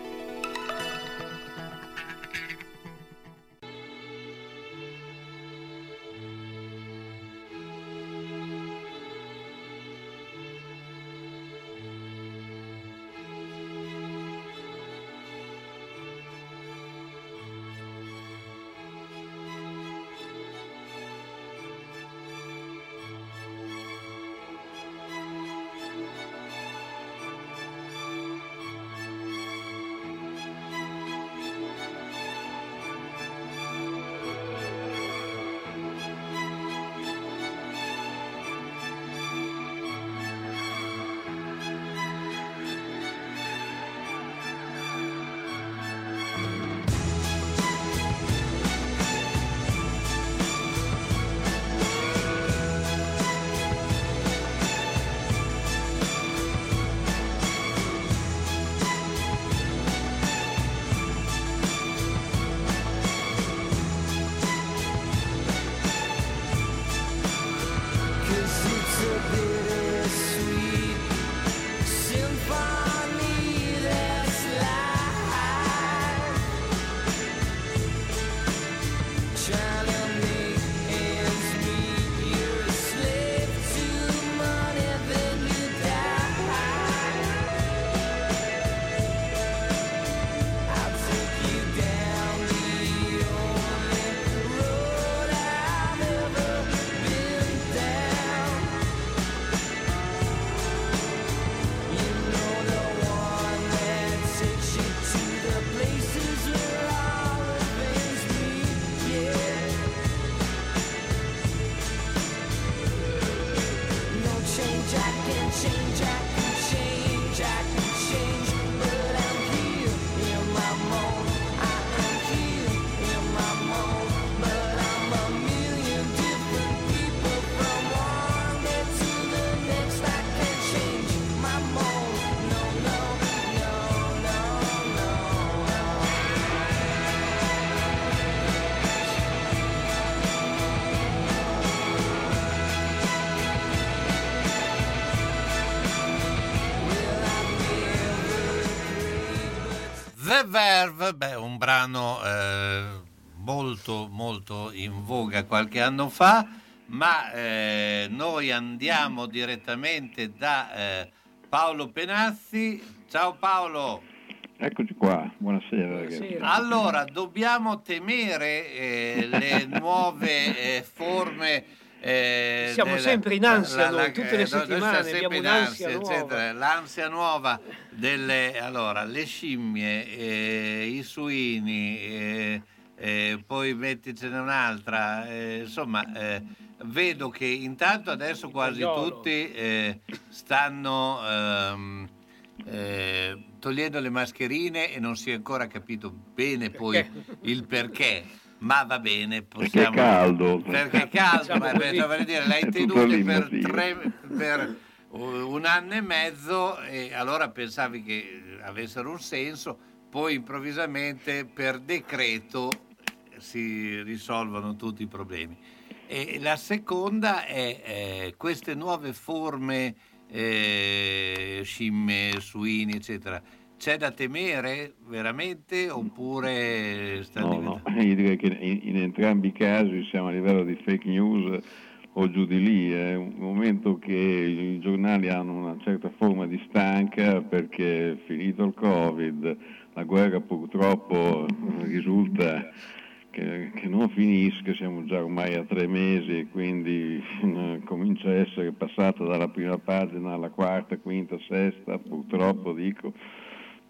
The Verve, un brano molto molto in voga qualche anno fa, ma noi andiamo direttamente da Paolo Penazzi. Ciao Paolo. Eccoci qua, buonasera ragazzi. Allora, dobbiamo temere le nuove forme. Siamo sempre in ansia noi, tutte le settimane abbiamo un'ansia nuova. Eccetera. L'ansia nuova delle, allora, le scimmie, i suini, poi metticene un'altra, insomma, vedo che intanto adesso quasi tutti stanno togliendo le mascherine e non si è ancora capito bene poi il perché. Ma va bene, possiamo... Perché è caldo. Perché è caldo, ma voglio dire, l'hai tenute per un anno e mezzo e allora pensavi che avessero un senso, poi improvvisamente per decreto si risolvono tutti i problemi. E la seconda è queste nuove forme, scimmie, suini, eccetera. C'è da temere veramente oppure No, io direi che in entrambi i casi siamo a livello di fake news o giù di lì. È un momento che i giornali hanno una certa forma di stanca perché finito il Covid, la guerra purtroppo risulta che non finisca, siamo già ormai a 3 mesi e quindi comincia a essere passata dalla prima pagina alla quarta, quinta, sesta, purtroppo dico.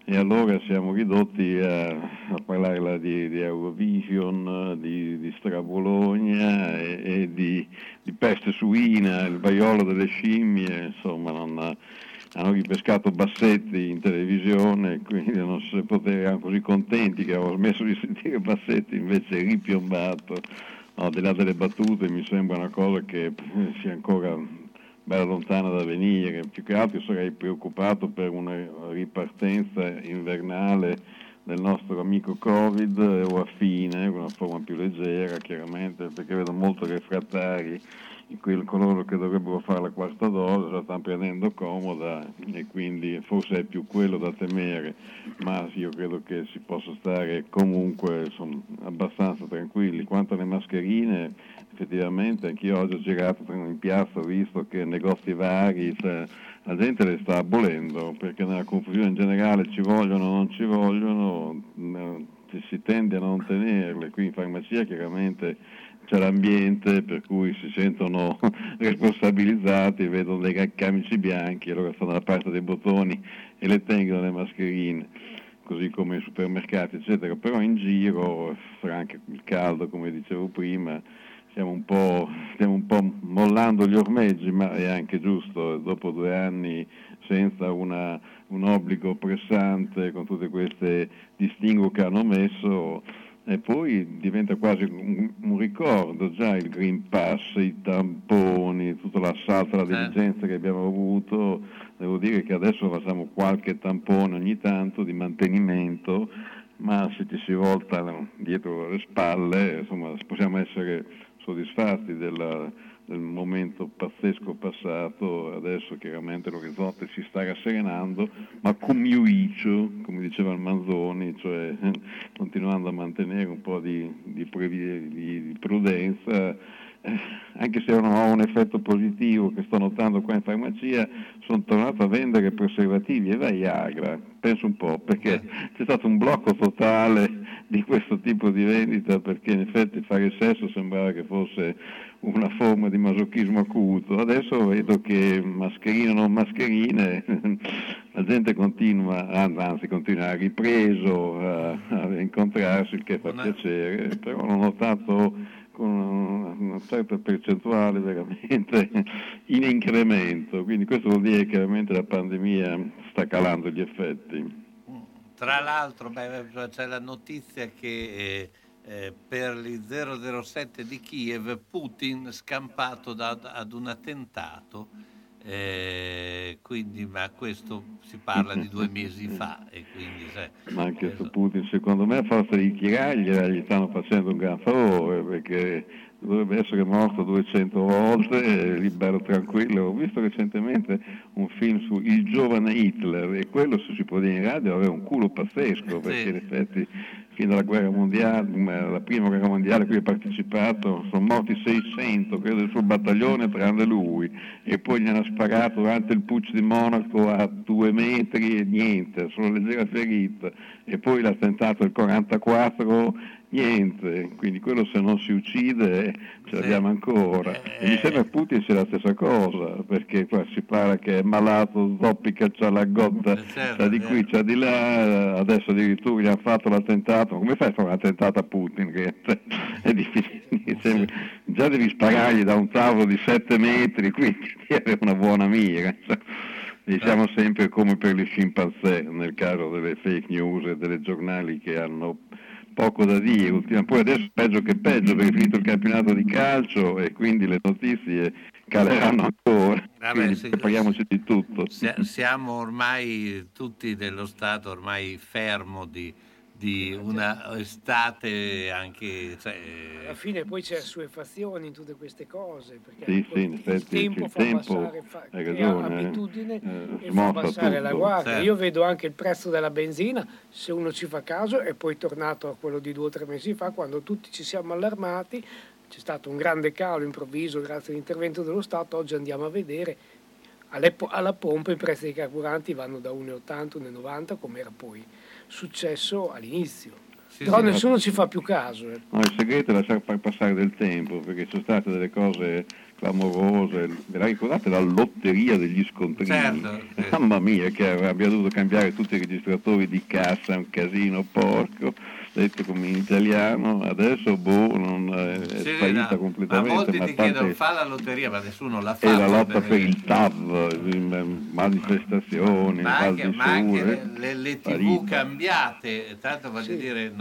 E allora siamo ridotti a parlare là di Eurovision, di Strabologna e di peste suina, il vaiolo delle scimmie, insomma hanno ripescato Bassetti in televisione, quindi non si poteva, erano così contenti che avevo smesso di sentire Bassetti, invece è ripiombato. No, al di là delle battute mi sembra una cosa che sia ancora bella lontana da venire, più che altro sarei preoccupato per una ripartenza invernale del nostro amico Covid o a fine, con una forma più leggera chiaramente, perché vedo molto refrattari coloro che dovrebbero fare la quarta dose, la stanno prendendo comoda e quindi forse è più quello da temere, ma io credo che si possa stare comunque abbastanza tranquilli. Quanto alle mascherine, effettivamente anch'io oggi ho girato in piazza, ho visto che negozi vari, la gente le sta abolendo perché nella confusione in generale ci vogliono o non ci vogliono, si tende a non tenerle. Qui in farmacia chiaramente c'è l'ambiente per cui si sentono responsabilizzati, vedono dei camici bianchi, allora stanno dalla parte dei bottoni e le tengono le mascherine, così come ai supermercati eccetera. Però in giro sarà anche il caldo, come dicevo prima, stiamo un po' mollando gli ormeggi, ma è anche giusto, dopo 2 anni senza un obbligo pressante con tutte queste distinguo che hanno messo. E poi diventa quasi un ricordo già il Green Pass, i tamponi, tutto l'assalto alla diligenza che abbiamo avuto. Devo dire che adesso facciamo qualche tampone ogni tanto di mantenimento, ma se ci si volta dietro le spalle, insomma, possiamo essere soddisfatti del momento pazzesco passato. Adesso chiaramente l'orizzonte si sta rasserenando, ma con miuiccio, come diceva il Manzoni, cioè continuando a mantenere un po' di prudenza, anche se non ho un effetto positivo che sto notando qua in farmacia, sono tornato a vendere preservativi e Viagra, penso un po', perché c'è stato un blocco totale di questo tipo di vendita, perché in effetti fare sesso sembrava che fosse una forma di masochismo acuto. Adesso vedo che mascherine o non mascherine, la gente continua, anzi continua, ha ripreso a incontrarsi, il che fa piacere, però l'ho notato con una certa percentuale veramente in incremento, quindi questo vuol dire che veramente la pandemia sta calando gli effetti. Tra l'altro c'è la notizia che per gli 007 di Kiev Putin scampato ad un attentato, quindi ma questo si parla di 2 mesi fa e quindi ma anche su Putin secondo me a forza di tirargliela gli stanno facendo un gran favore, perché dovrebbe essere morto 200 volte, libero, tranquillo. Ho visto recentemente un film su il giovane Hitler e quello, se si può dire in radio, aveva un culo pazzesco, perché in effetti fino alla guerra mondiale, la prima guerra mondiale a cui ha partecipato, sono morti 600, credo, del suo battaglione tranne lui, e poi gli hanno sparato durante il putsch di Monaco a 2 metri e niente, solo leggera ferita, e poi l'attentato del 44, niente, quindi quello se non si uccide ce l'abbiamo ancora. E mi sembra Putin sia la stessa cosa, perché qua si parla che è malato, zoppica, c'ha la gotta, c'ha di qui, c'ha di là, adesso addirittura gli hanno fatto l'attentato. Come fai a fare un attentato a Putin? Che è difficile, già devi sparargli da un tavolo di 7 metri, quindi devi avere una buona mira. Diciamo sempre come per gli scimpanzé, nel caso delle fake news e delle giornali che hanno poco da dire. Poi adesso peggio che peggio, perché è finito il campionato di calcio e quindi le notizie caleranno ancora. Quindi prepariamoci di tutto. Siamo ormai tutti dello stato ormai fermo di una estate anche, alla fine poi c'è assuefazione in tutte queste cose, perché in effetti, il tempo fa passare, crea abitudine e fa passare tutto. la guardia. Certo. Io vedo anche il prezzo della benzina, se uno ci fa caso, è poi tornato a quello di 2 o 3 mesi fa, quando tutti ci siamo allarmati. C'è stato un grande calo improvviso grazie all'intervento dello Stato. Oggi andiamo a vedere alla pompa i prezzi dei carburanti vanno da 1,80 1,90 come era poi successo all'inizio. Però nessuno ci fa più caso. No, il segreto è lasciar far passare del tempo, perché sono state delle cose clamorose. Ve la ricordate la lotteria degli scontrini? Certo, sì. Mamma mia, che abbia dovuto cambiare tutti i registratori di cassa, un casino porco, detto come in italiano. Adesso non è sparita completamente. Ma molti ti chiedono, fa la lotteria, ma nessuno la fa. E la lotta per il TAV, manifestazioni, ma anche misure, le TV cambiate, tanto voglio dire,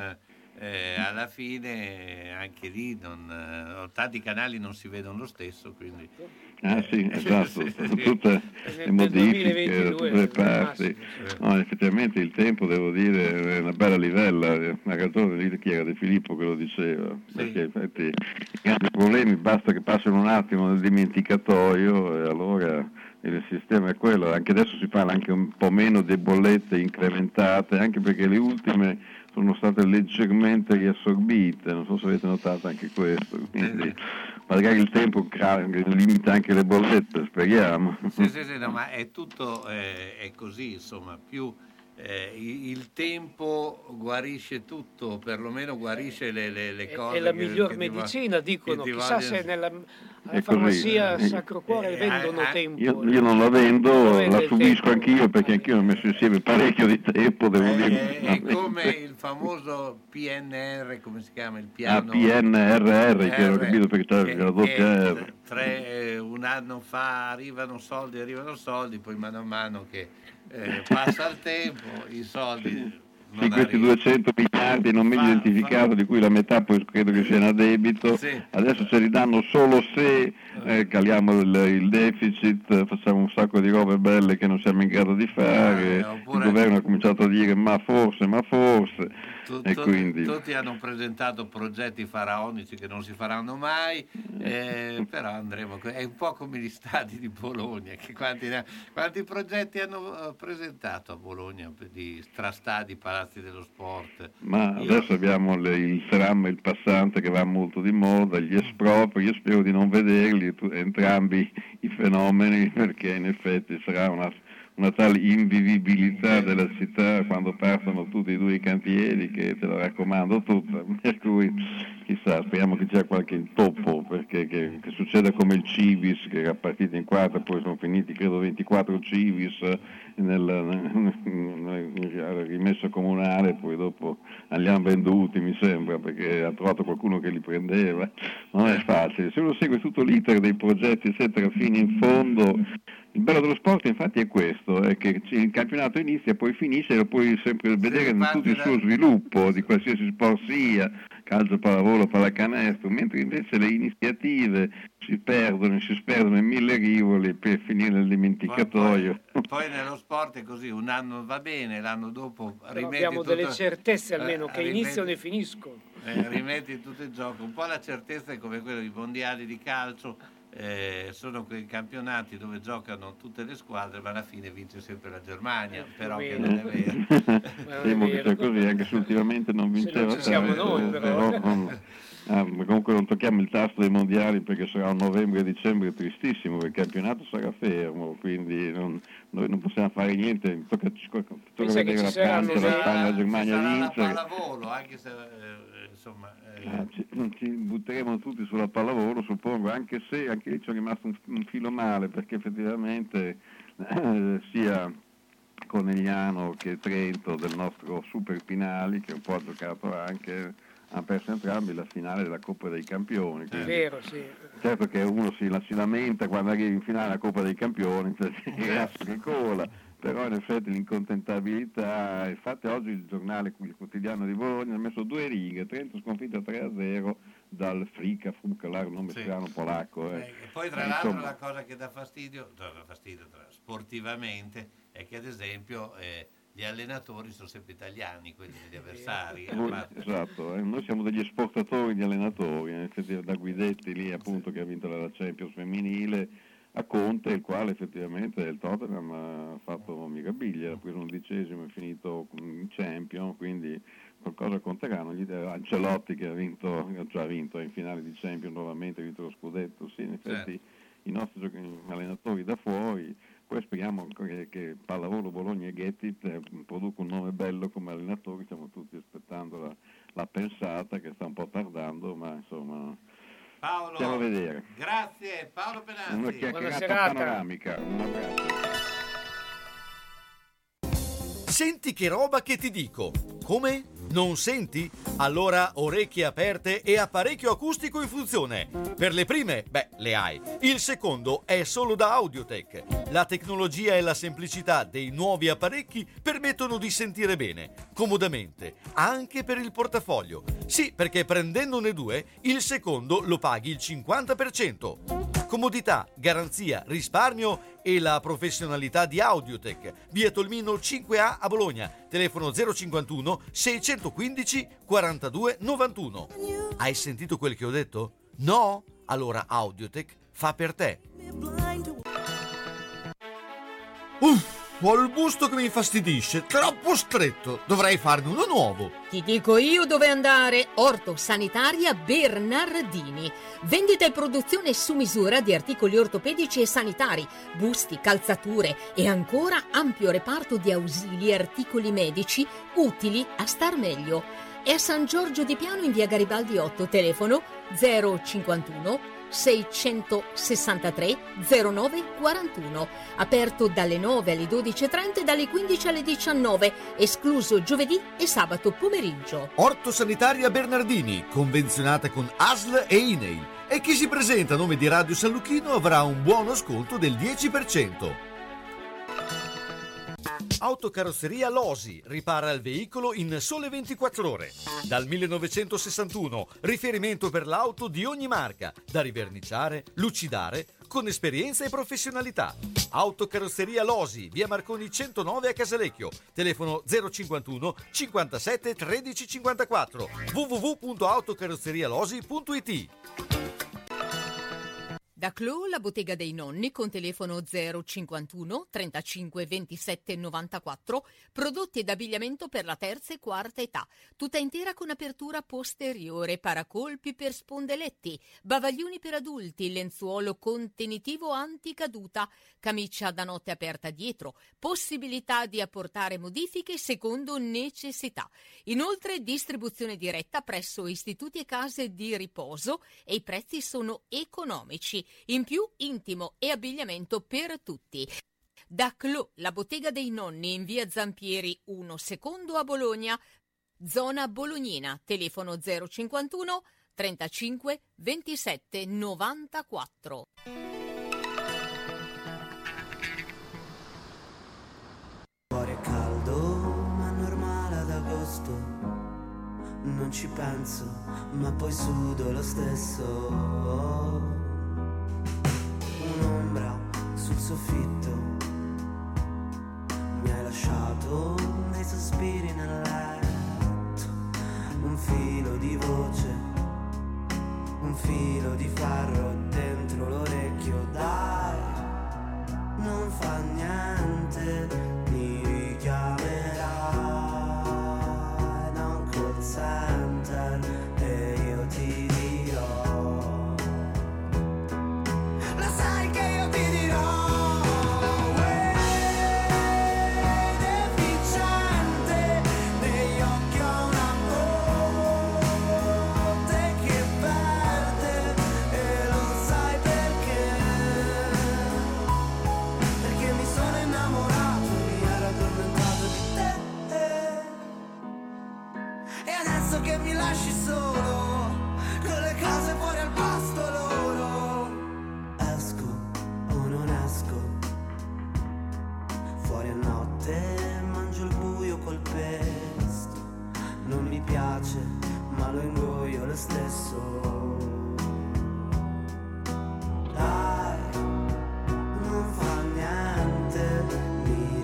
alla fine anche lì tanti canali non si vedono lo stesso, quindi sì, esatto, tutte le modifiche da tutte le parti. No, effettivamente il tempo, devo dire, è una bella livella. Ha ragione lì chi era De Filippo che lo diceva, perché infatti i grandi problemi basta che passino un attimo nel dimenticatoio e allora il sistema è quello. Anche adesso si parla anche un po' meno di bollette incrementate, anche perché le ultime sono state leggermente riassorbite, non so se avete notato anche questo, quindi magari il tempo limita anche le bollette, speriamo. Sì, no, ma è tutto è così, insomma, più il tempo guarisce tutto, perlomeno guarisce le cose. È la miglior medicina, dicono, chissà se nella farmacia Sacro Cuore vendono tempo. Io non la vendo, la subisco anch'io, perché anch'io ho messo insieme parecchio di tempo, devo dire. È come il famoso PNR, come si chiama? Il piano PNRR, che ho capito perché c'è la doppia R. Un anno fa arrivano soldi, poi mano a mano che passa il tempo, i soldi Sì, questi 200 miliardi non meglio identificato, di cui la metà poi credo che sia a debito, adesso ce li danno solo se caliamo il deficit, facciamo un sacco di robe belle che non siamo in grado di fare, il governo ha cominciato a dire ma forse, e quindi... Tutti hanno presentato progetti faraonici che non si faranno mai, però andremo, è un po' come gli stadi di Bologna, che quanti progetti hanno presentato a Bologna di strastadi, palazzi dello sport. Ma adesso abbiamo il tram e il passante che va molto di moda, gli espropri, io spero di non vederli entrambi i fenomeni, perché in effetti sarà una tale invivibilità della città quando partono tutti e due i cantieri che te la raccomando tutta, per cui chissà, speriamo che ci sia qualche intoppo, perché che succeda come il Civis che era partito in quarta, poi sono finiti credo 24 Civis nel rimesso comunale, poi dopo li hanno venduti mi sembra, perché ha trovato qualcuno che li prendeva, non è facile, se uno segue tutto l'iter dei progetti eccetera fino in fondo. Il bello dello sport infatti è questo, è che il campionato inizia, poi finisce e lo puoi sempre vedere in tutto il suo sviluppo, di qualsiasi sport sia, calcio, pallavolo, pallacanestro, mentre invece le iniziative si sperdono in mille rivoli per finire nel dimenticatoio. Poi nello sport è così, un anno va bene, l'anno dopo rimetti abbiamo delle certezze almeno che iniziano e finiscono. Rimetti tutto il gioco, un po' la certezza è come quello dei mondiali di calcio. Sono quei campionati dove giocano tutte le squadre, ma alla fine vince sempre la Germania, però che non è vero. Temo che sia così, anche se ultimamente non vinceva. Siamo noi, però. Comunque non tocchiamo il tasto dei mondiali perché sarà un novembre e dicembre tristissimo, perché il campionato sarà fermo, quindi noi non possiamo fare niente, tocca vedere la Francia, la Spagna, la Germania vincere. La pallavolo, anche se insomma ci butteremo tutti sulla pallavolo, suppongo, anche se anche lì ci è rimasto un filo male, perché effettivamente sia Conegliano che Trento del nostro Super Pinali, che un po' ha giocato anche, hanno perso entrambi la finale della Coppa dei Campioni. È vero, sì. Certo che uno si lamenta quando arriva in finale la Coppa dei Campioni, grazie che cola, però in effetti l'incontentabilità, infatti oggi il giornale, il quotidiano di Bologna ha messo 2 righe, Trento sconfitta 3-0 dal Frica, il nome strano polacco. E poi tra l'altro la cosa che dà fastidio sportivamente è che ad esempio gli allenatori sono sempre italiani, quelli degli avversari. Esatto, noi siamo degli esportatori di allenatori, da Guidetti lì appunto che ha vinto la Champions femminile, a Conte, il quale effettivamente il Tottenham ha fatto mirabilia, ha preso 11° e finito in Champions, quindi qualcosa conteranno. Ancelotti che ha già vinto in finale di Champions nuovamente, ha vinto lo scudetto, sì, in effetti i nostri allenatori da fuori poi speriamo che Pallavolo, Bologna e Ghetti produca un nome bello come allenatori. Stiamo tutti aspettando la pensata che sta un po' tardando, ma insomma Paolo, stiamo a vedere. Grazie Paolo Penazzi. Una chiacchierata panoramica, un abbraccio. Senti che roba che ti dico. Come? Non senti? Allora orecchie aperte e apparecchio acustico in funzione. Per le prime, le hai. Il secondo è solo da Audiotech. La tecnologia e la semplicità dei nuovi apparecchi permettono di sentire bene, comodamente, anche per il portafoglio. Sì, perché prendendone due, il secondo lo paghi il 50%. Comodità, garanzia, risparmio e la professionalità di Audiotech. Via Tolmino 5A a Bologna. Telefono 051 615 42 91. Hai sentito quel che ho detto? No? Allora Audiotech fa per te. Ho il busto che mi infastidisce, troppo stretto. Dovrei farne uno nuovo. Ti dico io dove andare. Orto Sanitaria Bernardini. Vendita e produzione su misura di articoli ortopedici e sanitari, busti, calzature e ancora ampio reparto di ausili e articoli medici utili a star meglio. È a San Giorgio di Piano in via Garibaldi 8, telefono 051 663 09 41, aperto dalle 9 alle 12.30 e dalle 15 alle 19, escluso giovedì e sabato pomeriggio. Orto Sanitaria Bernardini, convenzionata con ASL e INEI, e chi si presenta a nome di Radio San Luchino avrà un buono sconto del 10%. Autocarrozzeria Losi ripara il veicolo in sole 24 ore. Dal 1961, riferimento per l'auto di ogni marca, da riverniciare, lucidare, con esperienza e professionalità. Autocarrozzeria Losi, via Marconi 109 a Casalecchio, telefono 051 57 13 54, www.autocarrozzerialosi.it. Da Clou, la bottega dei nonni, con telefono 051 35 27 94, prodotti ed abbigliamento per la terza e quarta età, tutta intera con apertura posteriore, paracolpi per spondeletti, bavaglioni per adulti, lenzuolo contenitivo anticaduta, camicia da notte aperta dietro, possibilità di apportare modifiche secondo necessità. Inoltre distribuzione diretta presso istituti e case di riposo e i prezzi sono economici. In più intimo e abbigliamento per tutti. Da Clou, la bottega dei nonni in via Zampieri 1 secondo a Bologna, zona Bolognina, telefono 051 35 27 94. Cuore caldo ma normale ad agosto, non ci penso ma poi sudo lo stesso. Un'ombra sul soffitto mi hai lasciato nei sospiri nel letto, un filo di voce, un filo di ferro dentro l'orecchio. Dai, non fa niente, mi richiamerai da un call center e io ti dirò. Lo sai che io ti dirò, deficiente, negli occhi ho una botte che perde e lo sai perché? Perché mi sono innamorato, mi ero addormentato di te. E adesso che mi lasci solo, con le cose fuori al pasto loro, esco o non esco, fuori a notte mangio il buio col pesto, non mi piace ma lo ingoio lo stesso. Dai, non fa niente, mi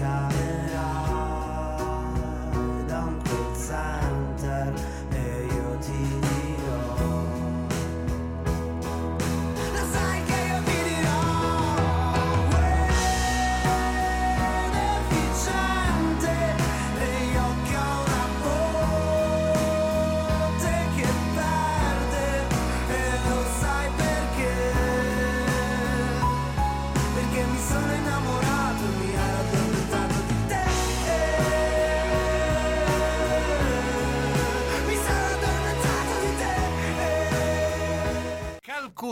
richiamerai da un call center e io ti dirò. Lo sai che io ti dirò, deficiente, negli occhi ho una botte che perde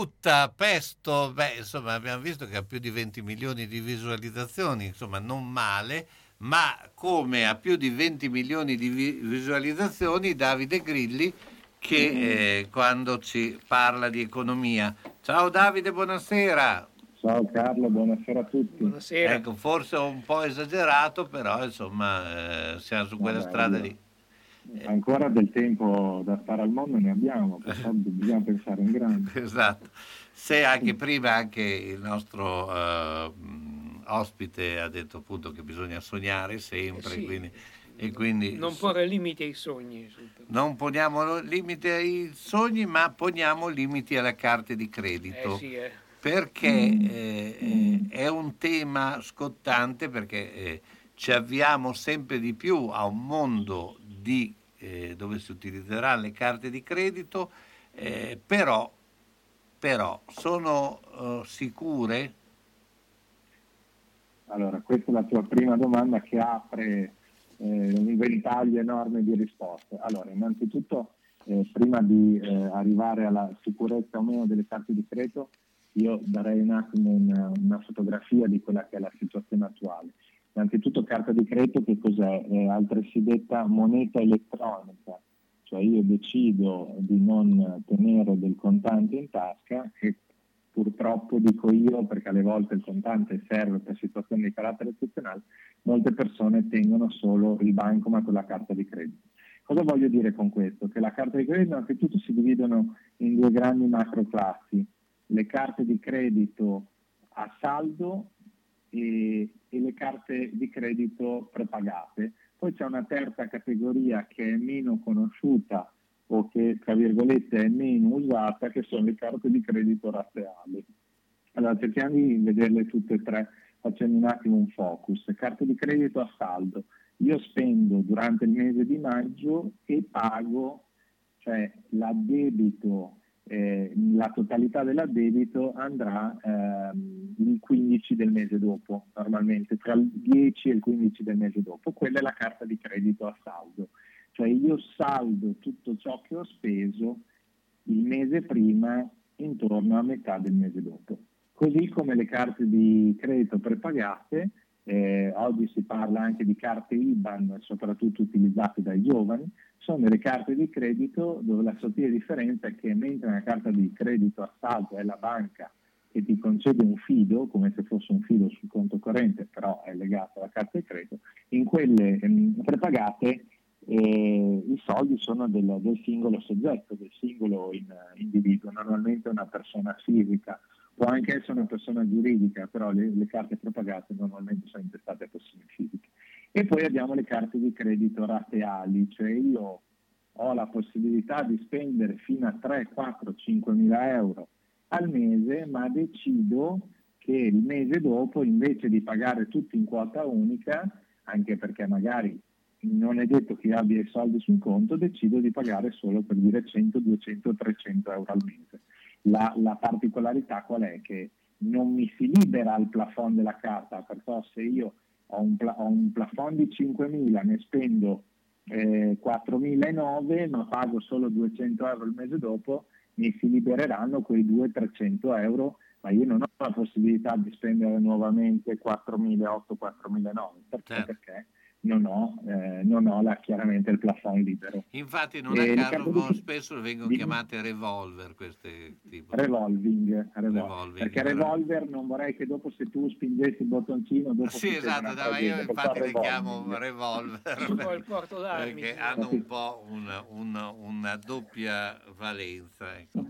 brutta pesto, insomma abbiamo visto che ha più di 20 milioni di visualizzazioni, insomma non male, ma come ha più di 20 milioni di visualizzazioni Davide Grilli che quando ci parla di economia. Ciao Davide, buonasera. Ciao Carlo, buonasera a tutti. Buonasera. Ecco, forse un po' esagerato, però insomma siamo su quella strada lì. Ancora del tempo da stare al mondo ne abbiamo, perciò dobbiamo pensare in grande. Esatto. Se anche prima anche il nostro ospite ha detto appunto che bisogna sognare sempre, Sì. quindi Non porre limiti ai sogni. non poniamo limiti ai sogni, ma poniamo limiti alle carte di credito. Perché è un tema scottante, perché ci avviamo sempre di più a un mondo dove si utilizzeranno le carte di credito, però sono sicure? Allora, questa è la tua prima domanda che apre un ventaglio enorme di risposte. Allora, innanzitutto, prima di arrivare alla sicurezza o meno delle carte di credito, io darei un attimo una fotografia di quella che è la situazione attuale. Innanzitutto carta di credito che cos'è? È altresì detta moneta elettronica, cioè io decido di non tenere del contante in tasca e purtroppo dico io, perché alle volte il contante serve per situazioni di carattere eccezionale, molte persone tengono solo il bancomat con la carta di credito. Cosa voglio dire con questo? Che la carta di credito innanzitutto si dividono in due grandi macro classi, le carte di credito a saldo e le carte di credito prepagate. Poi c'è una terza categoria che è meno conosciuta o che, tra virgolette, è meno usata, che sono le carte di credito rateali. Allora, cerchiamo di vederle tutte e tre, facendo un attimo un focus. Carte di credito a saldo. Io spendo durante il mese di maggio e pago, cioè l'addebito, la totalità dell'addebito andrà il 15 del mese dopo, normalmente tra il 10 e il 15 del mese dopo. Quella è la carta di credito a saldo, cioè io saldo tutto ciò che ho speso il mese prima intorno a metà del mese dopo. Così come le carte di credito prepagate, oggi si parla anche di carte IBAN, soprattutto utilizzate dai giovani, sono delle carte di credito dove la sottile differenza è che mentre una carta di credito a saldo è la banca che ti concede un fido, come se fosse un fido sul conto corrente, però è legato alla carta di credito, in quelle prepagate i soldi sono del singolo soggetto, del singolo individuo, normalmente una persona fisica, può anche essere una persona giuridica, però le carte prepagate normalmente sono intestate a persone fisiche. E poi abbiamo le carte di credito rateali, cioè io ho la possibilità di spendere fino a 3, 4, 5 mila euro al mese, ma decido che il mese dopo, invece di pagare tutto in quota unica, anche perché magari non è detto che io abbia i soldi sul conto, decido di pagare solo, per dire, 100, 200, 300 euro al mese. La particolarità qual è? Che non mi si libera il plafond della carta, perciò se io ho un plafond di 5.000, ne spendo 4.009, ma pago solo 200 euro il mese dopo, mi si libereranno quei 200-300 euro, ma io non ho la possibilità di spendere nuovamente 4.008, 4.009, perché non ho chiaramente il plafond libero. Infatti non a caso spesso vengono chiamate revolver queste tipo. Revolving. Perché revolver non vorrei che dopo, se tu spingessi il bottoncino dopo sì, esatto, io infatti le chiamo revolver perché hanno un po' una doppia valenza, ecco.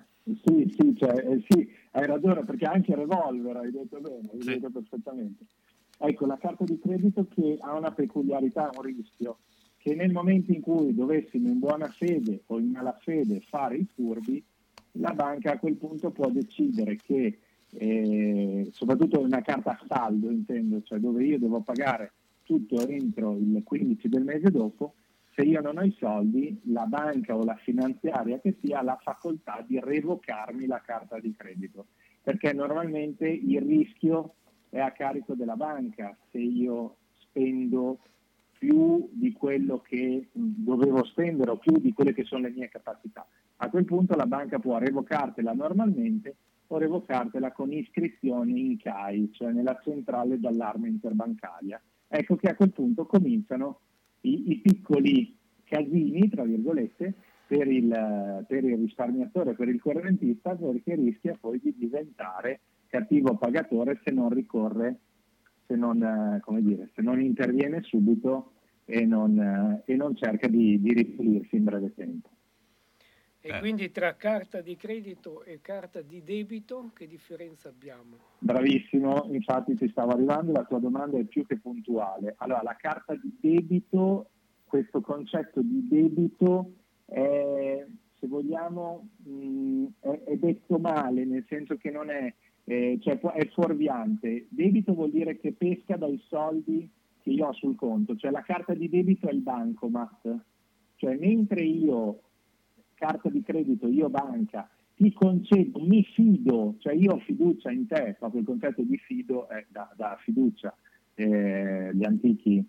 Sì, hai ragione, perché anche revolver hai detto bene, hai detto perfettamente. Ecco, la carta di credito che ha una peculiarità, un rischio, che nel momento in cui dovessimo in buona fede o in malafede fare i furbi, la banca a quel punto può decidere che, soprattutto una carta a saldo intendo, cioè dove io devo pagare tutto entro il 15 del mese dopo, se io non ho i soldi, la banca o la finanziaria che sia ha la facoltà di revocarmi la carta di credito, perché normalmente il rischio è a carico della banca se io spendo più di quello che dovevo spendere o più di quelle che sono le mie capacità. A quel punto la banca può revocartela normalmente o revocartela con iscrizione in CAI, cioè nella centrale d'allarme interbancaria. Ecco che a quel punto cominciano i piccoli casini, tra virgolette, per il risparmiatore, per il correntista, perché rischia poi di diventare cattivo pagatore se non ricorre, se non interviene subito e non cerca di ripulirsi in breve tempo. E quindi tra carta di credito e carta di debito che differenza abbiamo? Bravissimo, infatti ti stavo arrivando, la tua domanda è più che puntuale. Allora, la carta di debito, questo concetto di debito è, se vogliamo, è detto male, nel senso che non è, cioè è fuorviante. Debito vuol dire che pesca dai soldi che io ho sul conto, cioè la carta di debito è il bancomat, cioè mentre io, carta di credito, io banca, ti concedo, mi fido, cioè io ho fiducia in te, proprio il concetto di fido è da fiducia, gli antichi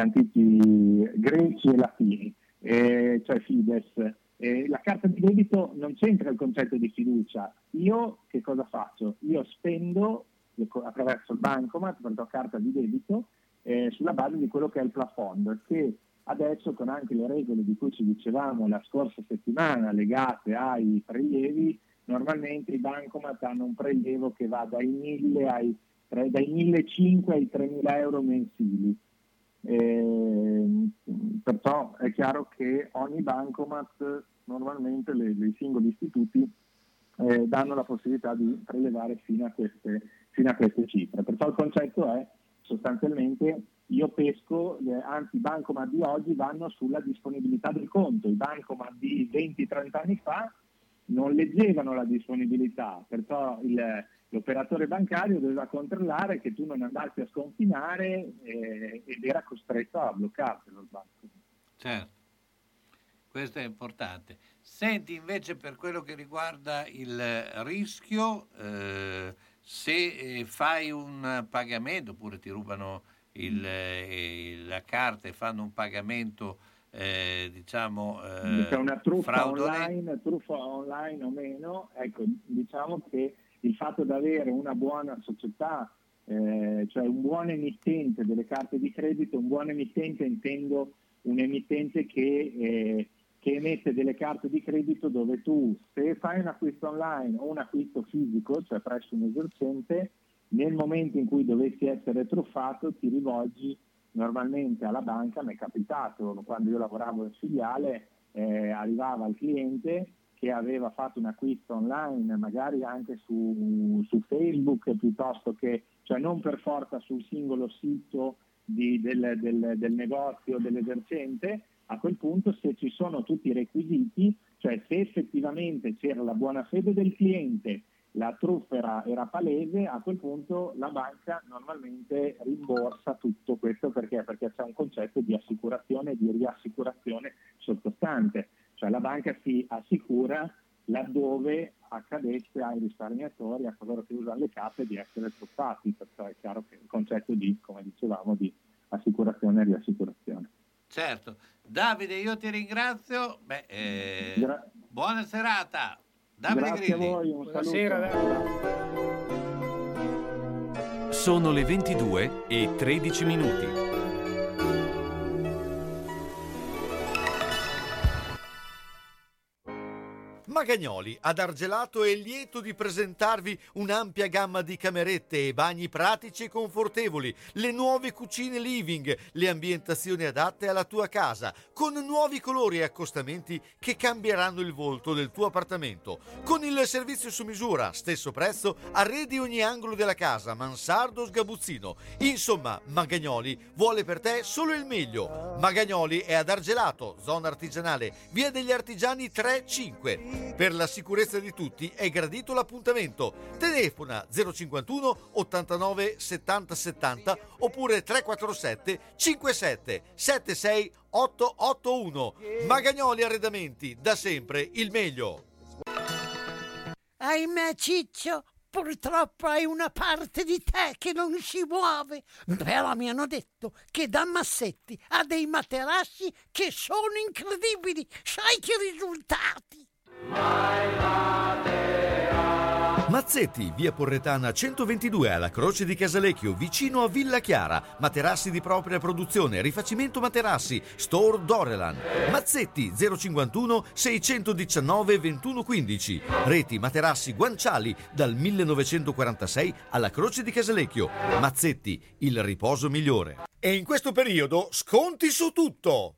greci e latini, cioè fides. La carta di debito non c'entra il concetto di fiducia. Io che cosa faccio? Io spendo attraverso il bancomat, perché ho carta di debito, sulla base di quello che è il plafond, che adesso con anche le regole di cui ci dicevamo la scorsa settimana legate ai prelievi, normalmente i bancomat hanno un prelievo che va dai 1.500 ai 3.000 euro mensili. Perciò è chiaro che ogni bancomat, normalmente i singoli istituti danno la possibilità di prelevare fino a queste cifre. Perciò il concetto è sostanzialmente io pesco, anzi i bancomat di oggi vanno sulla disponibilità del conto, i bancomat di 20-30 anni fa non leggevano la disponibilità, perciò l'operatore bancario doveva controllare che tu non andassi a sconfinare ed era costretto a bloccartelo il banco. Certo, questo è importante. Senti, invece, per quello che riguarda il rischio, se fai un pagamento oppure ti rubano la carta e fanno un pagamento c'è una truffa online o meno, ecco, diciamo che il fatto di avere una buona società, cioè un buon emittente delle carte di credito, un buon emittente intendo un emittente che emette delle carte di credito dove tu, se fai un acquisto online o un acquisto fisico, cioè presso un esercente, nel momento in cui dovessi essere truffato ti rivolgi normalmente alla banca. Mi è capitato quando io lavoravo in filiale, arrivava il cliente che aveva fatto un acquisto online, magari anche su Facebook, piuttosto che, cioè non per forza sul singolo sito del negozio dell'esercente. A quel punto, se ci sono tutti i requisiti, cioè se effettivamente c'era la buona fede del cliente, la truffa era palese, a quel punto la banca normalmente rimborsa tutto questo. Perché c'è un concetto di assicurazione e di riassicurazione sottostante, cioè la banca si assicura laddove accadesse ai risparmiatori, a coloro che usano le carte, di essere truffati. Perciò è chiaro che il concetto di, come dicevamo, di assicurazione e riassicurazione. Certo. Davide, io ti ringrazio. Buona serata. Davide Grazie Grilli. a voi, un Buonasera. Sono le 22:13. Magagnoli ad Argelato è lieto di presentarvi un'ampia gamma di camerette e bagni pratici e confortevoli, le nuove cucine living, le ambientazioni adatte alla tua casa, con nuovi colori e accostamenti che cambieranno il volto del tuo appartamento. Con il servizio su misura, stesso prezzo, arredi ogni angolo della casa, mansardo, sgabuzzino. Insomma, Magagnoli vuole per te solo il meglio. Magagnoli è ad Argelato, zona artigianale, via degli Artigiani 3-5. Per la sicurezza di tutti è gradito l'appuntamento. Telefona 051 89 70 70 oppure 347 57 76 881. Magagnoli Arredamenti, da sempre il meglio. Ahimè, Ciccio, purtroppo hai una parte di te che non si muove. Però mi hanno detto che da Massetti ha dei materassi che sono incredibili. Sai che risultati? My Matera. Mazzetti, via Porretana 122 alla Croce di Casalecchio, vicino a Villa Chiara. Materassi di propria produzione, rifacimento materassi, Store Dorelan. Mazzetti 051 619 2115. Reti materassi guanciali dal 1946 alla Croce di Casalecchio. Mazzetti, il riposo migliore. E in questo periodo sconti su tutto!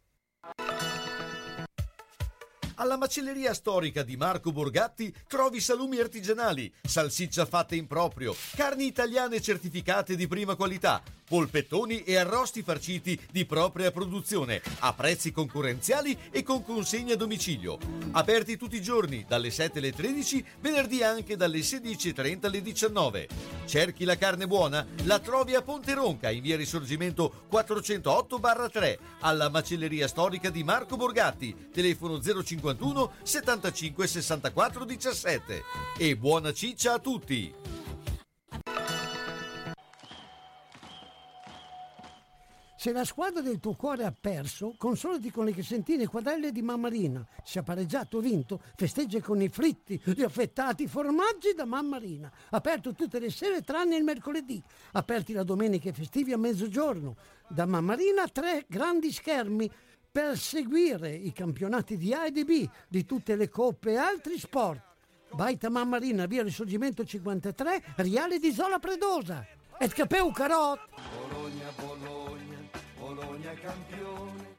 Alla macelleria storica di Marco Borgatti trovi salumi artigianali, salsiccia fatta in proprio, carni italiane certificate di prima qualità, polpettoni e arrosti farciti di propria produzione, a prezzi concorrenziali e con consegna a domicilio. Aperti tutti i giorni, dalle 7 alle 13, venerdì anche dalle 16:30 alle 19. Cerchi la carne buona? La trovi a Ponte Ronca, in via Risorgimento 408/3, alla macelleria storica di Marco Borgatti, telefono 051 75 64 17. E buona ciccia a tutti! Se la squadra del tuo cuore ha perso, consolati con le crescentine quadrelle di Mammarina. Se ha pareggiato o vinto, festeggia con i fritti, gli affettati formaggi da Mammarina. Aperto tutte le sere tranne il mercoledì. Aperti la domenica e festivi a mezzogiorno. Da Mammarina 3 grandi schermi per seguire i campionati di A e di B, di tutte le coppe e altri sport. Baita Mammarina, via Risorgimento 53, Riale di Isola Predosa. Et capeu carot! Bologna, Bologna, Bologna campione.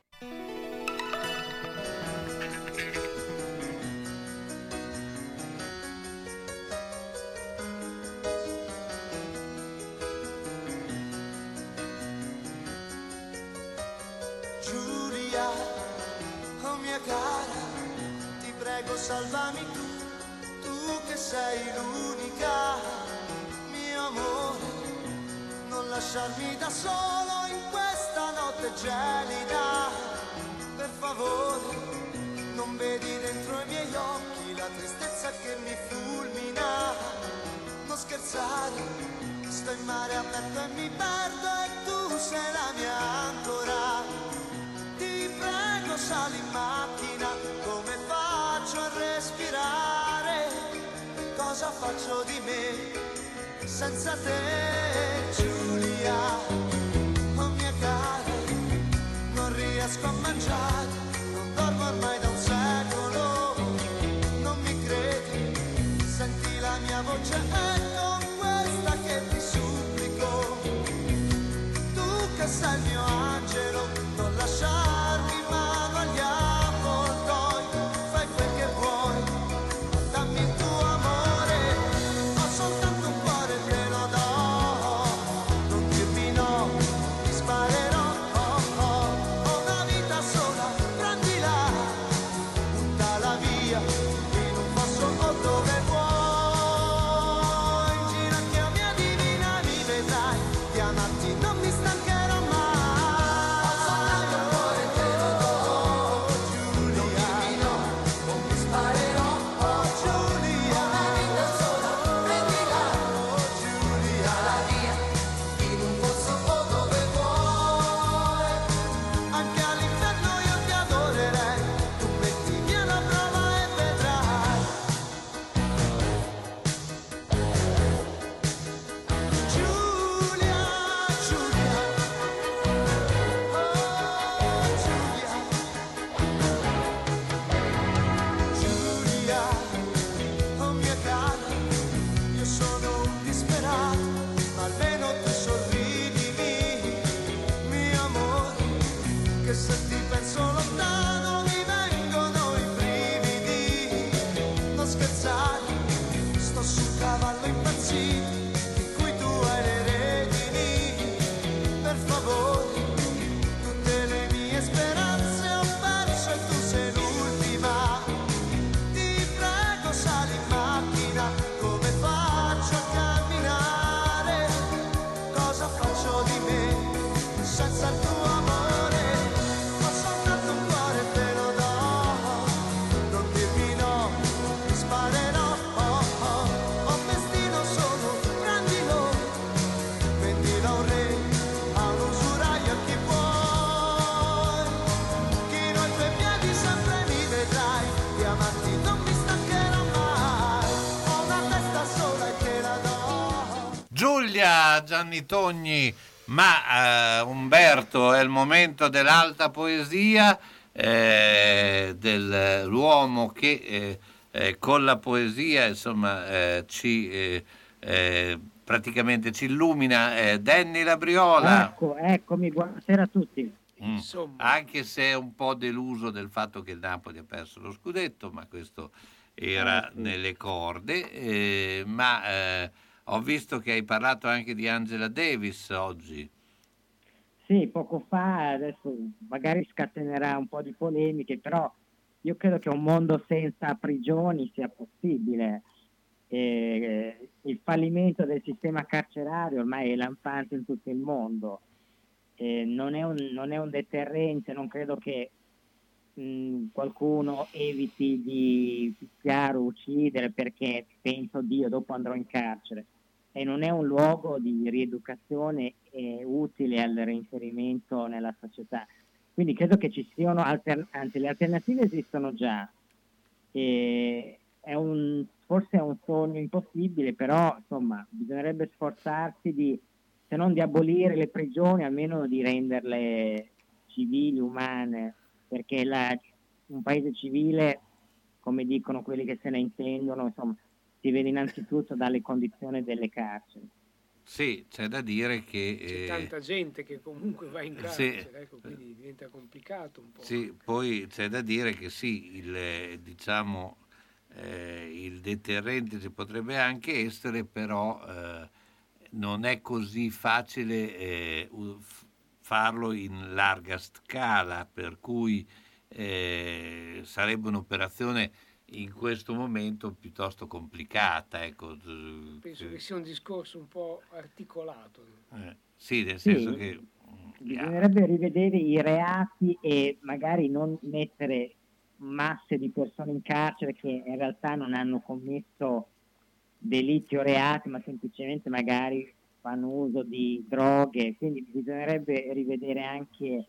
Giulia, oh mia cara, ti prego salvami tu che sei l'unica, mio amore. Non lasciarmi da solo in questa notte gelida, per favore, non vedi dentro i miei occhi la tristezza che mi fulmina. Non scherzare, sto in mare aperto e mi perdo e tu sei la mia ancora. Ti prego sali in macchina, come faccio a respirare? Cosa faccio di me senza te, Giulia, oh mia cara, non riesco a mangiare, non dormo ormai da un secolo, non mi credi, senti la mia voce è con questa che ti supplico, tu che sei il mio angelo, non lasciarmi in mano agli avvoltoi, fai quel che vuoi, dammi il tuo amore, ho soltanto un cuore te lo do, non dirmi no, ti sparerò, ho una vita sola, prendila, a Gianni Togni, ma Umberto, è il momento dell'alta poesia, dell'uomo che con la poesia insomma praticamente ci illumina, Danny Labriola. Eccomi, buonasera a tutti. Anche se è un po' deluso del fatto che il Napoli ha perso lo scudetto, ma questo era nelle corde, ma ho visto che hai parlato anche di Angela Davis oggi. Sì, poco fa, adesso magari scatenerà un po' di polemiche, però io credo che un mondo senza prigioni sia possibile. Il fallimento del sistema carcerario ormai è lampante in tutto il mondo. Non è un deterrente, non credo che qualcuno eviti di picchiare o uccidere perché penso Dio dopo andrò in carcere, e non è un luogo di rieducazione utile al reinserimento nella società. Quindi credo che ci siano anzi le alternative esistono già, forse è un sogno impossibile, però insomma bisognerebbe sforzarsi se non di abolire le prigioni, almeno di renderle civili, umane, perché un paese civile, come dicono quelli che se ne intendono, insomma, si vede innanzitutto dalle condizioni delle carceri. Sì, c'è da dire che... C'è tanta gente che comunque va in carcere, ecco, quindi diventa complicato un po'. Sì, poi c'è da dire che sì, il deterrente ci potrebbe anche essere, però non è così facile farlo in larga scala, per cui sarebbe un'operazione in questo momento piuttosto complicata. Ecco. Penso che sia un discorso un po' articolato. Sì, nel senso che... Bisognerebbe rivedere i reati e magari non mettere masse di persone in carcere che in realtà non hanno commesso delitti o reati, ma semplicemente magari fanno uso di droghe. Quindi bisognerebbe rivedere anche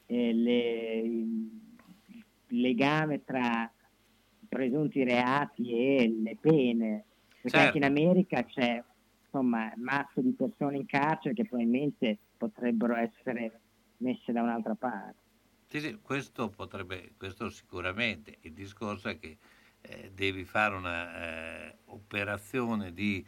il legame tra presunti reati e le pene, perché anche in America c'è insomma masse di persone in carcere che probabilmente potrebbero essere messe da un'altra parte. Sì, questo sicuramente. Il discorso è che devi fare una operazione di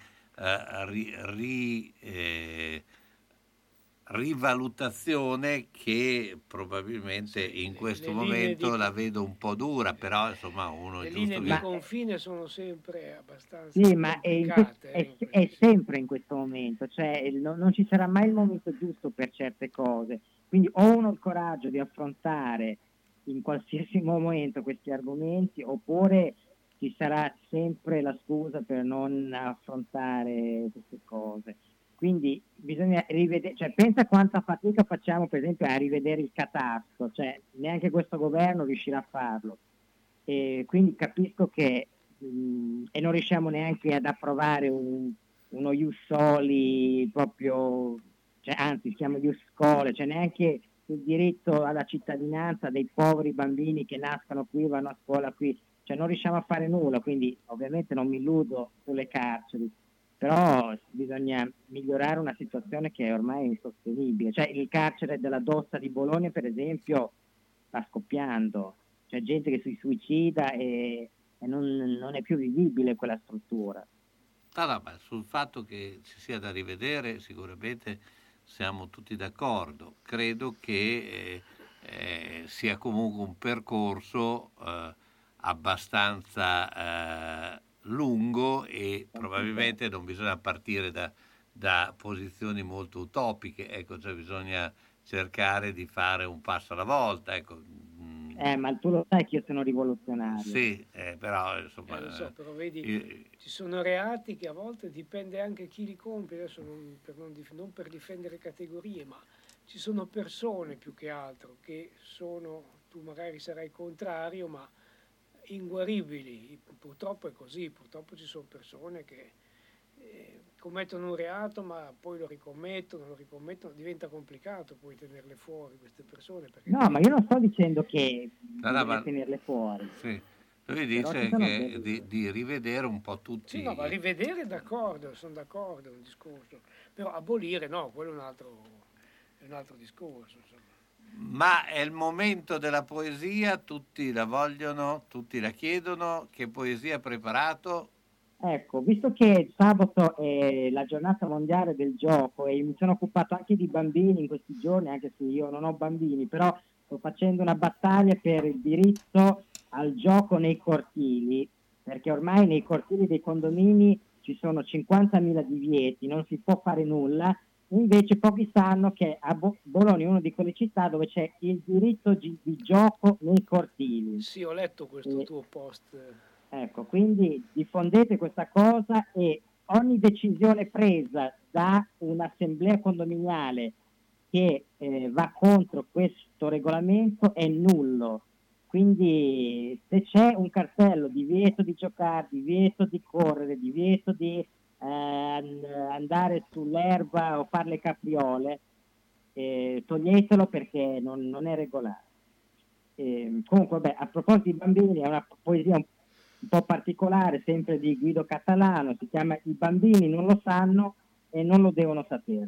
rivalutazione che probabilmente in questo momento la vedo un po' dura, però insomma uno le è linee giusto di che... confine sono sempre abbastanza sì, ma complicate. è sempre in questo momento, cioè non ci sarà mai il momento giusto per certe cose, quindi o uno ha il coraggio di affrontare in qualsiasi momento questi argomenti, oppure ci sarà sempre la scusa per non affrontare queste cose. Quindi bisogna rivedere, cioè pensa quanta fatica facciamo per esempio a rivedere il catasto, cioè neanche questo governo riuscirà a farlo, e quindi capisco che e non riusciamo neanche ad approvare uno ius soli proprio, cioè, anzi si chiama ius scholae, cioè neanche il diritto alla cittadinanza dei poveri bambini che nascono qui, vanno a scuola qui, cioè non riusciamo a fare nulla. Quindi ovviamente non mi illudo sulle carceri, però bisogna migliorare una situazione che è ormai insostenibile. Cioè il carcere della Dossa di Bologna per esempio sta scoppiando, c'è gente che si suicida e non è più vivibile quella struttura. Sul fatto che ci sia da rivedere sicuramente siamo tutti d'accordo. Credo che sia comunque un percorso abbastanza lungo e probabilmente non bisogna partire da posizioni molto utopiche, ecco, cioè bisogna cercare di fare un passo alla volta, ecco. Ma tu lo sai che io sono rivoluzionario. Sì, però insomma... lo so, però vedi, ci sono reati che a volte dipende anche chi li compie, adesso non per difendere categorie, ma ci sono persone più che altro che sono, tu magari sarai contrario, ma inguaribili. Purtroppo è così, purtroppo ci sono persone che commettono un reato ma poi lo ricommettono, diventa complicato poi tenerle fuori queste persone. No, ma io non sto dicendo che bisogna tenerle fuori. Sì. Lui dice che di rivedere un po' tutti. Sì, no, ma rivedere d'accordo, sono d'accordo, è un discorso. Però abolire no, quello è un altro discorso. Insomma. Ma è il momento della poesia, tutti la vogliono, tutti la chiedono. Che poesia ha preparato? Ecco, visto che sabato è la giornata mondiale del gioco e mi sono occupato anche di bambini in questi giorni, anche se io non ho bambini, però sto facendo una battaglia per il diritto al gioco nei cortili, perché ormai nei cortili dei condomini ci sono 50.000 divieti, non si può fare nulla. Invece pochi sanno che a Bologna è una di quelle città dove c'è il diritto di gioco nei cortili. Sì, ho letto questo tuo post. Ecco, quindi diffondete questa cosa e ogni decisione presa da un'assemblea condominiale che va contro questo regolamento è nullo. Quindi se c'è un cartello divieto di giocare, divieto di correre, divieto di andare sull'erba o fare le capriole, toglietelo perché non è regolare. Comunque, vabbè, a proposito di bambini, è una poesia un po' particolare, sempre di Guido Catalano, si chiama I bambini non lo sanno e non lo devono sapere.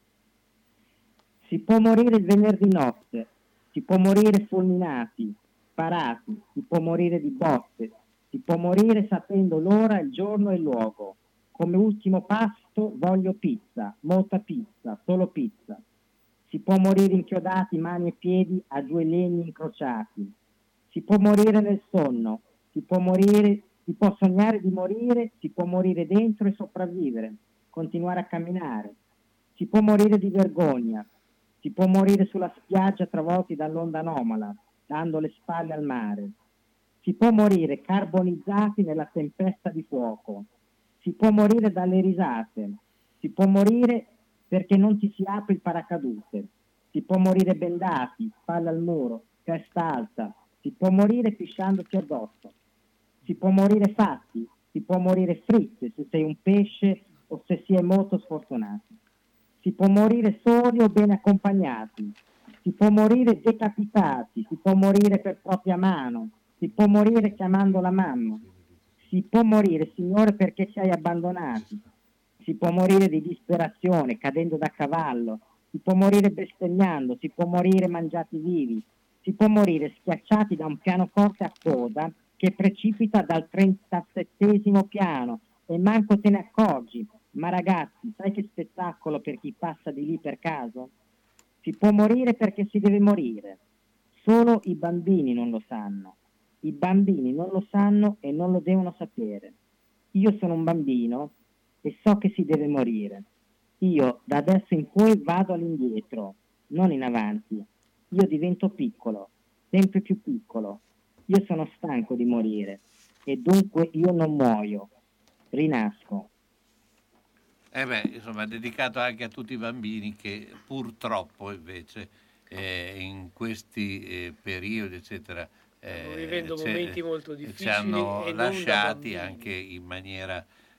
Si può morire il venerdì notte, si può morire fulminati, sparati, si può morire di botte, si può morire sapendo l'ora, il giorno e il luogo. Come ultimo pasto voglio pizza, molta pizza, solo pizza. Si può morire inchiodati mani e piedi a due legni incrociati. Si può morire nel sonno, si può sognare di morire, si può morire dentro e sopravvivere, continuare a camminare. Si può morire di vergogna, si può morire sulla spiaggia travolti dall'onda anomala, dando le spalle al mare. Si può morire carbonizzati nella tempesta di fuoco. Si può morire dalle risate, si può morire perché non ti si apre il paracadute, si può morire bendati, spalle al muro, testa alta, si può morire pisciandosi addosso, si può morire fatti, si può morire fritte se sei un pesce o se si è molto sfortunati, si può morire soli o ben accompagnati, si può morire decapitati, si può morire per propria mano, si può morire chiamando la mamma. Si può morire, Signore, perché ci hai abbandonati. Si può morire di disperazione, cadendo da cavallo. Si può morire bestemmiando, si può morire mangiati vivi. Si può morire schiacciati da un pianoforte a coda che precipita dal 37° piano e manco te ne accorgi. Ma ragazzi, sai che spettacolo per chi passa di lì per caso? Si può morire perché si deve morire. Solo i bambini non lo sanno. I bambini non lo sanno e non lo devono sapere. Io sono un bambino e so che si deve morire. Io da adesso in poi vado all'indietro, non in avanti. Io divento piccolo, sempre più piccolo. Io sono stanco di morire e dunque io non muoio, rinasco. Insomma, è dedicato anche a tutti i bambini che purtroppo invece in questi periodi, eccetera, vivendo momenti molto difficili, ci hanno e non lasciati anche in maniera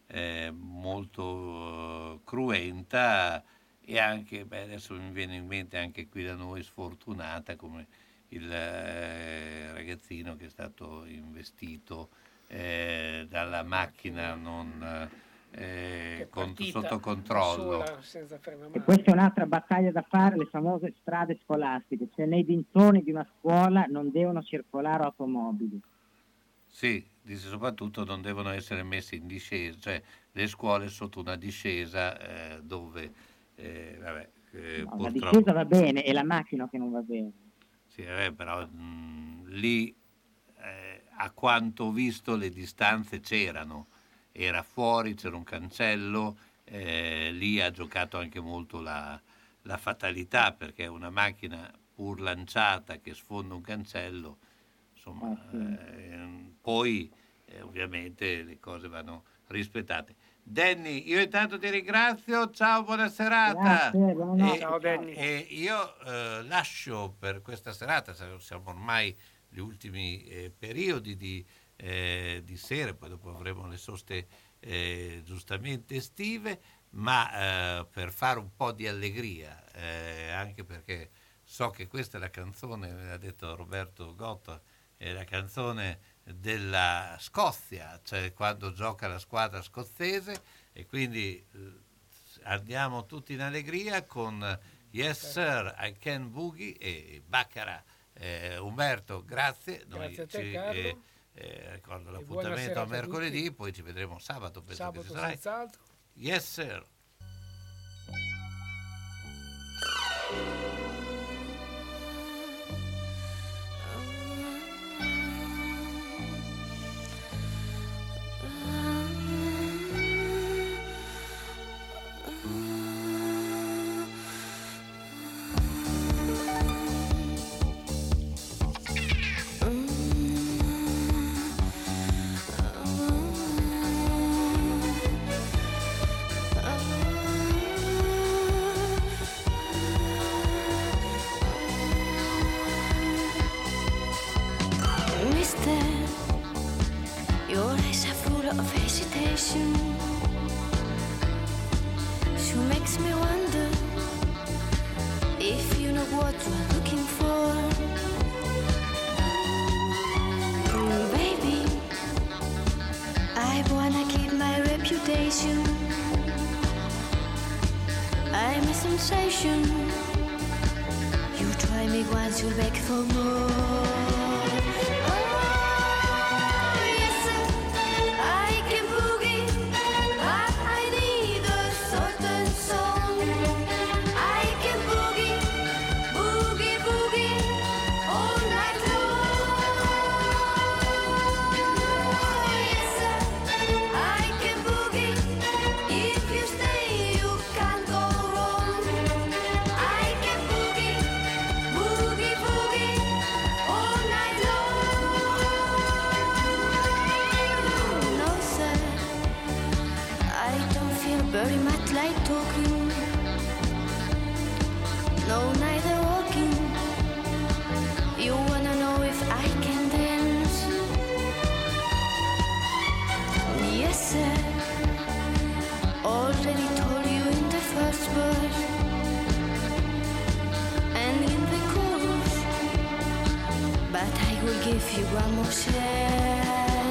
molto cruenta, e anche adesso mi viene in mente anche qui da noi sfortunata, come il ragazzino che è stato investito dalla macchina non sotto controllo. E questa è un'altra battaglia da fare, le famose strade scolastiche, cioè nei dintorni di una scuola non devono circolare automobili. Sì, dice soprattutto non devono essere messe in discesa, cioè le scuole sotto una discesa dove La purtroppo discesa va bene, è la macchina che non va bene. sì, però lì a quanto ho visto le distanze c'erano, era fuori, c'era un cancello, lì ha giocato anche molto la fatalità, perché una macchina pur lanciata che sfonda un cancello, insomma, poi ovviamente le cose vanno rispettate. Danny, io intanto ti ringrazio, ciao, buona serata. Grazie, ciao Danny. E io lascio per questa serata, siamo ormai gli ultimi periodi di sera, poi dopo avremo le soste giustamente estive, ma per fare un po' di allegria, anche perché so che questa è la canzone, ha detto Roberto Gotta, è la canzone della Scozia, cioè quando gioca la squadra scozzese, e quindi andiamo tutti in allegria con Yes Sir, I Can Boogie e Baccarat. Umberto, grazie. Grazie a te, Carlo. Ricordo l'appuntamento a mercoledì, poi ci vedremo sabato. Sabato senz'altro. Yes Sir. Your eyes are full of hesitation. She makes me wonder if you know what you're looking for. Baby, I wanna keep my reputation. I'm a sensation. You try me once, you'll beg for more. Very much like talking, no, neither walking. You wanna know if I can dance? Yes, sir. Already told you in the first verse and in the chorus, but I will give you one more chance.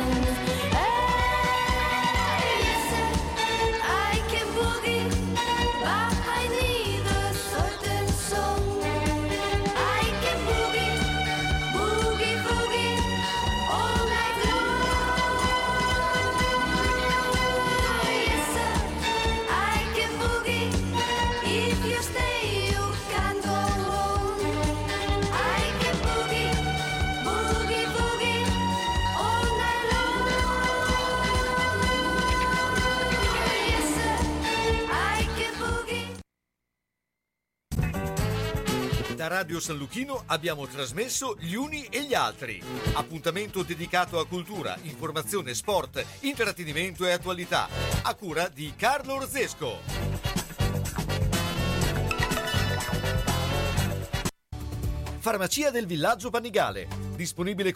Da Radio San Luchino abbiamo trasmesso Gli Uni e gli Altri. Appuntamento dedicato a cultura, informazione, sport, intrattenimento e attualità. A cura di Carlo Orzesco. Farmacia del Villaggio Panigale. Disponibile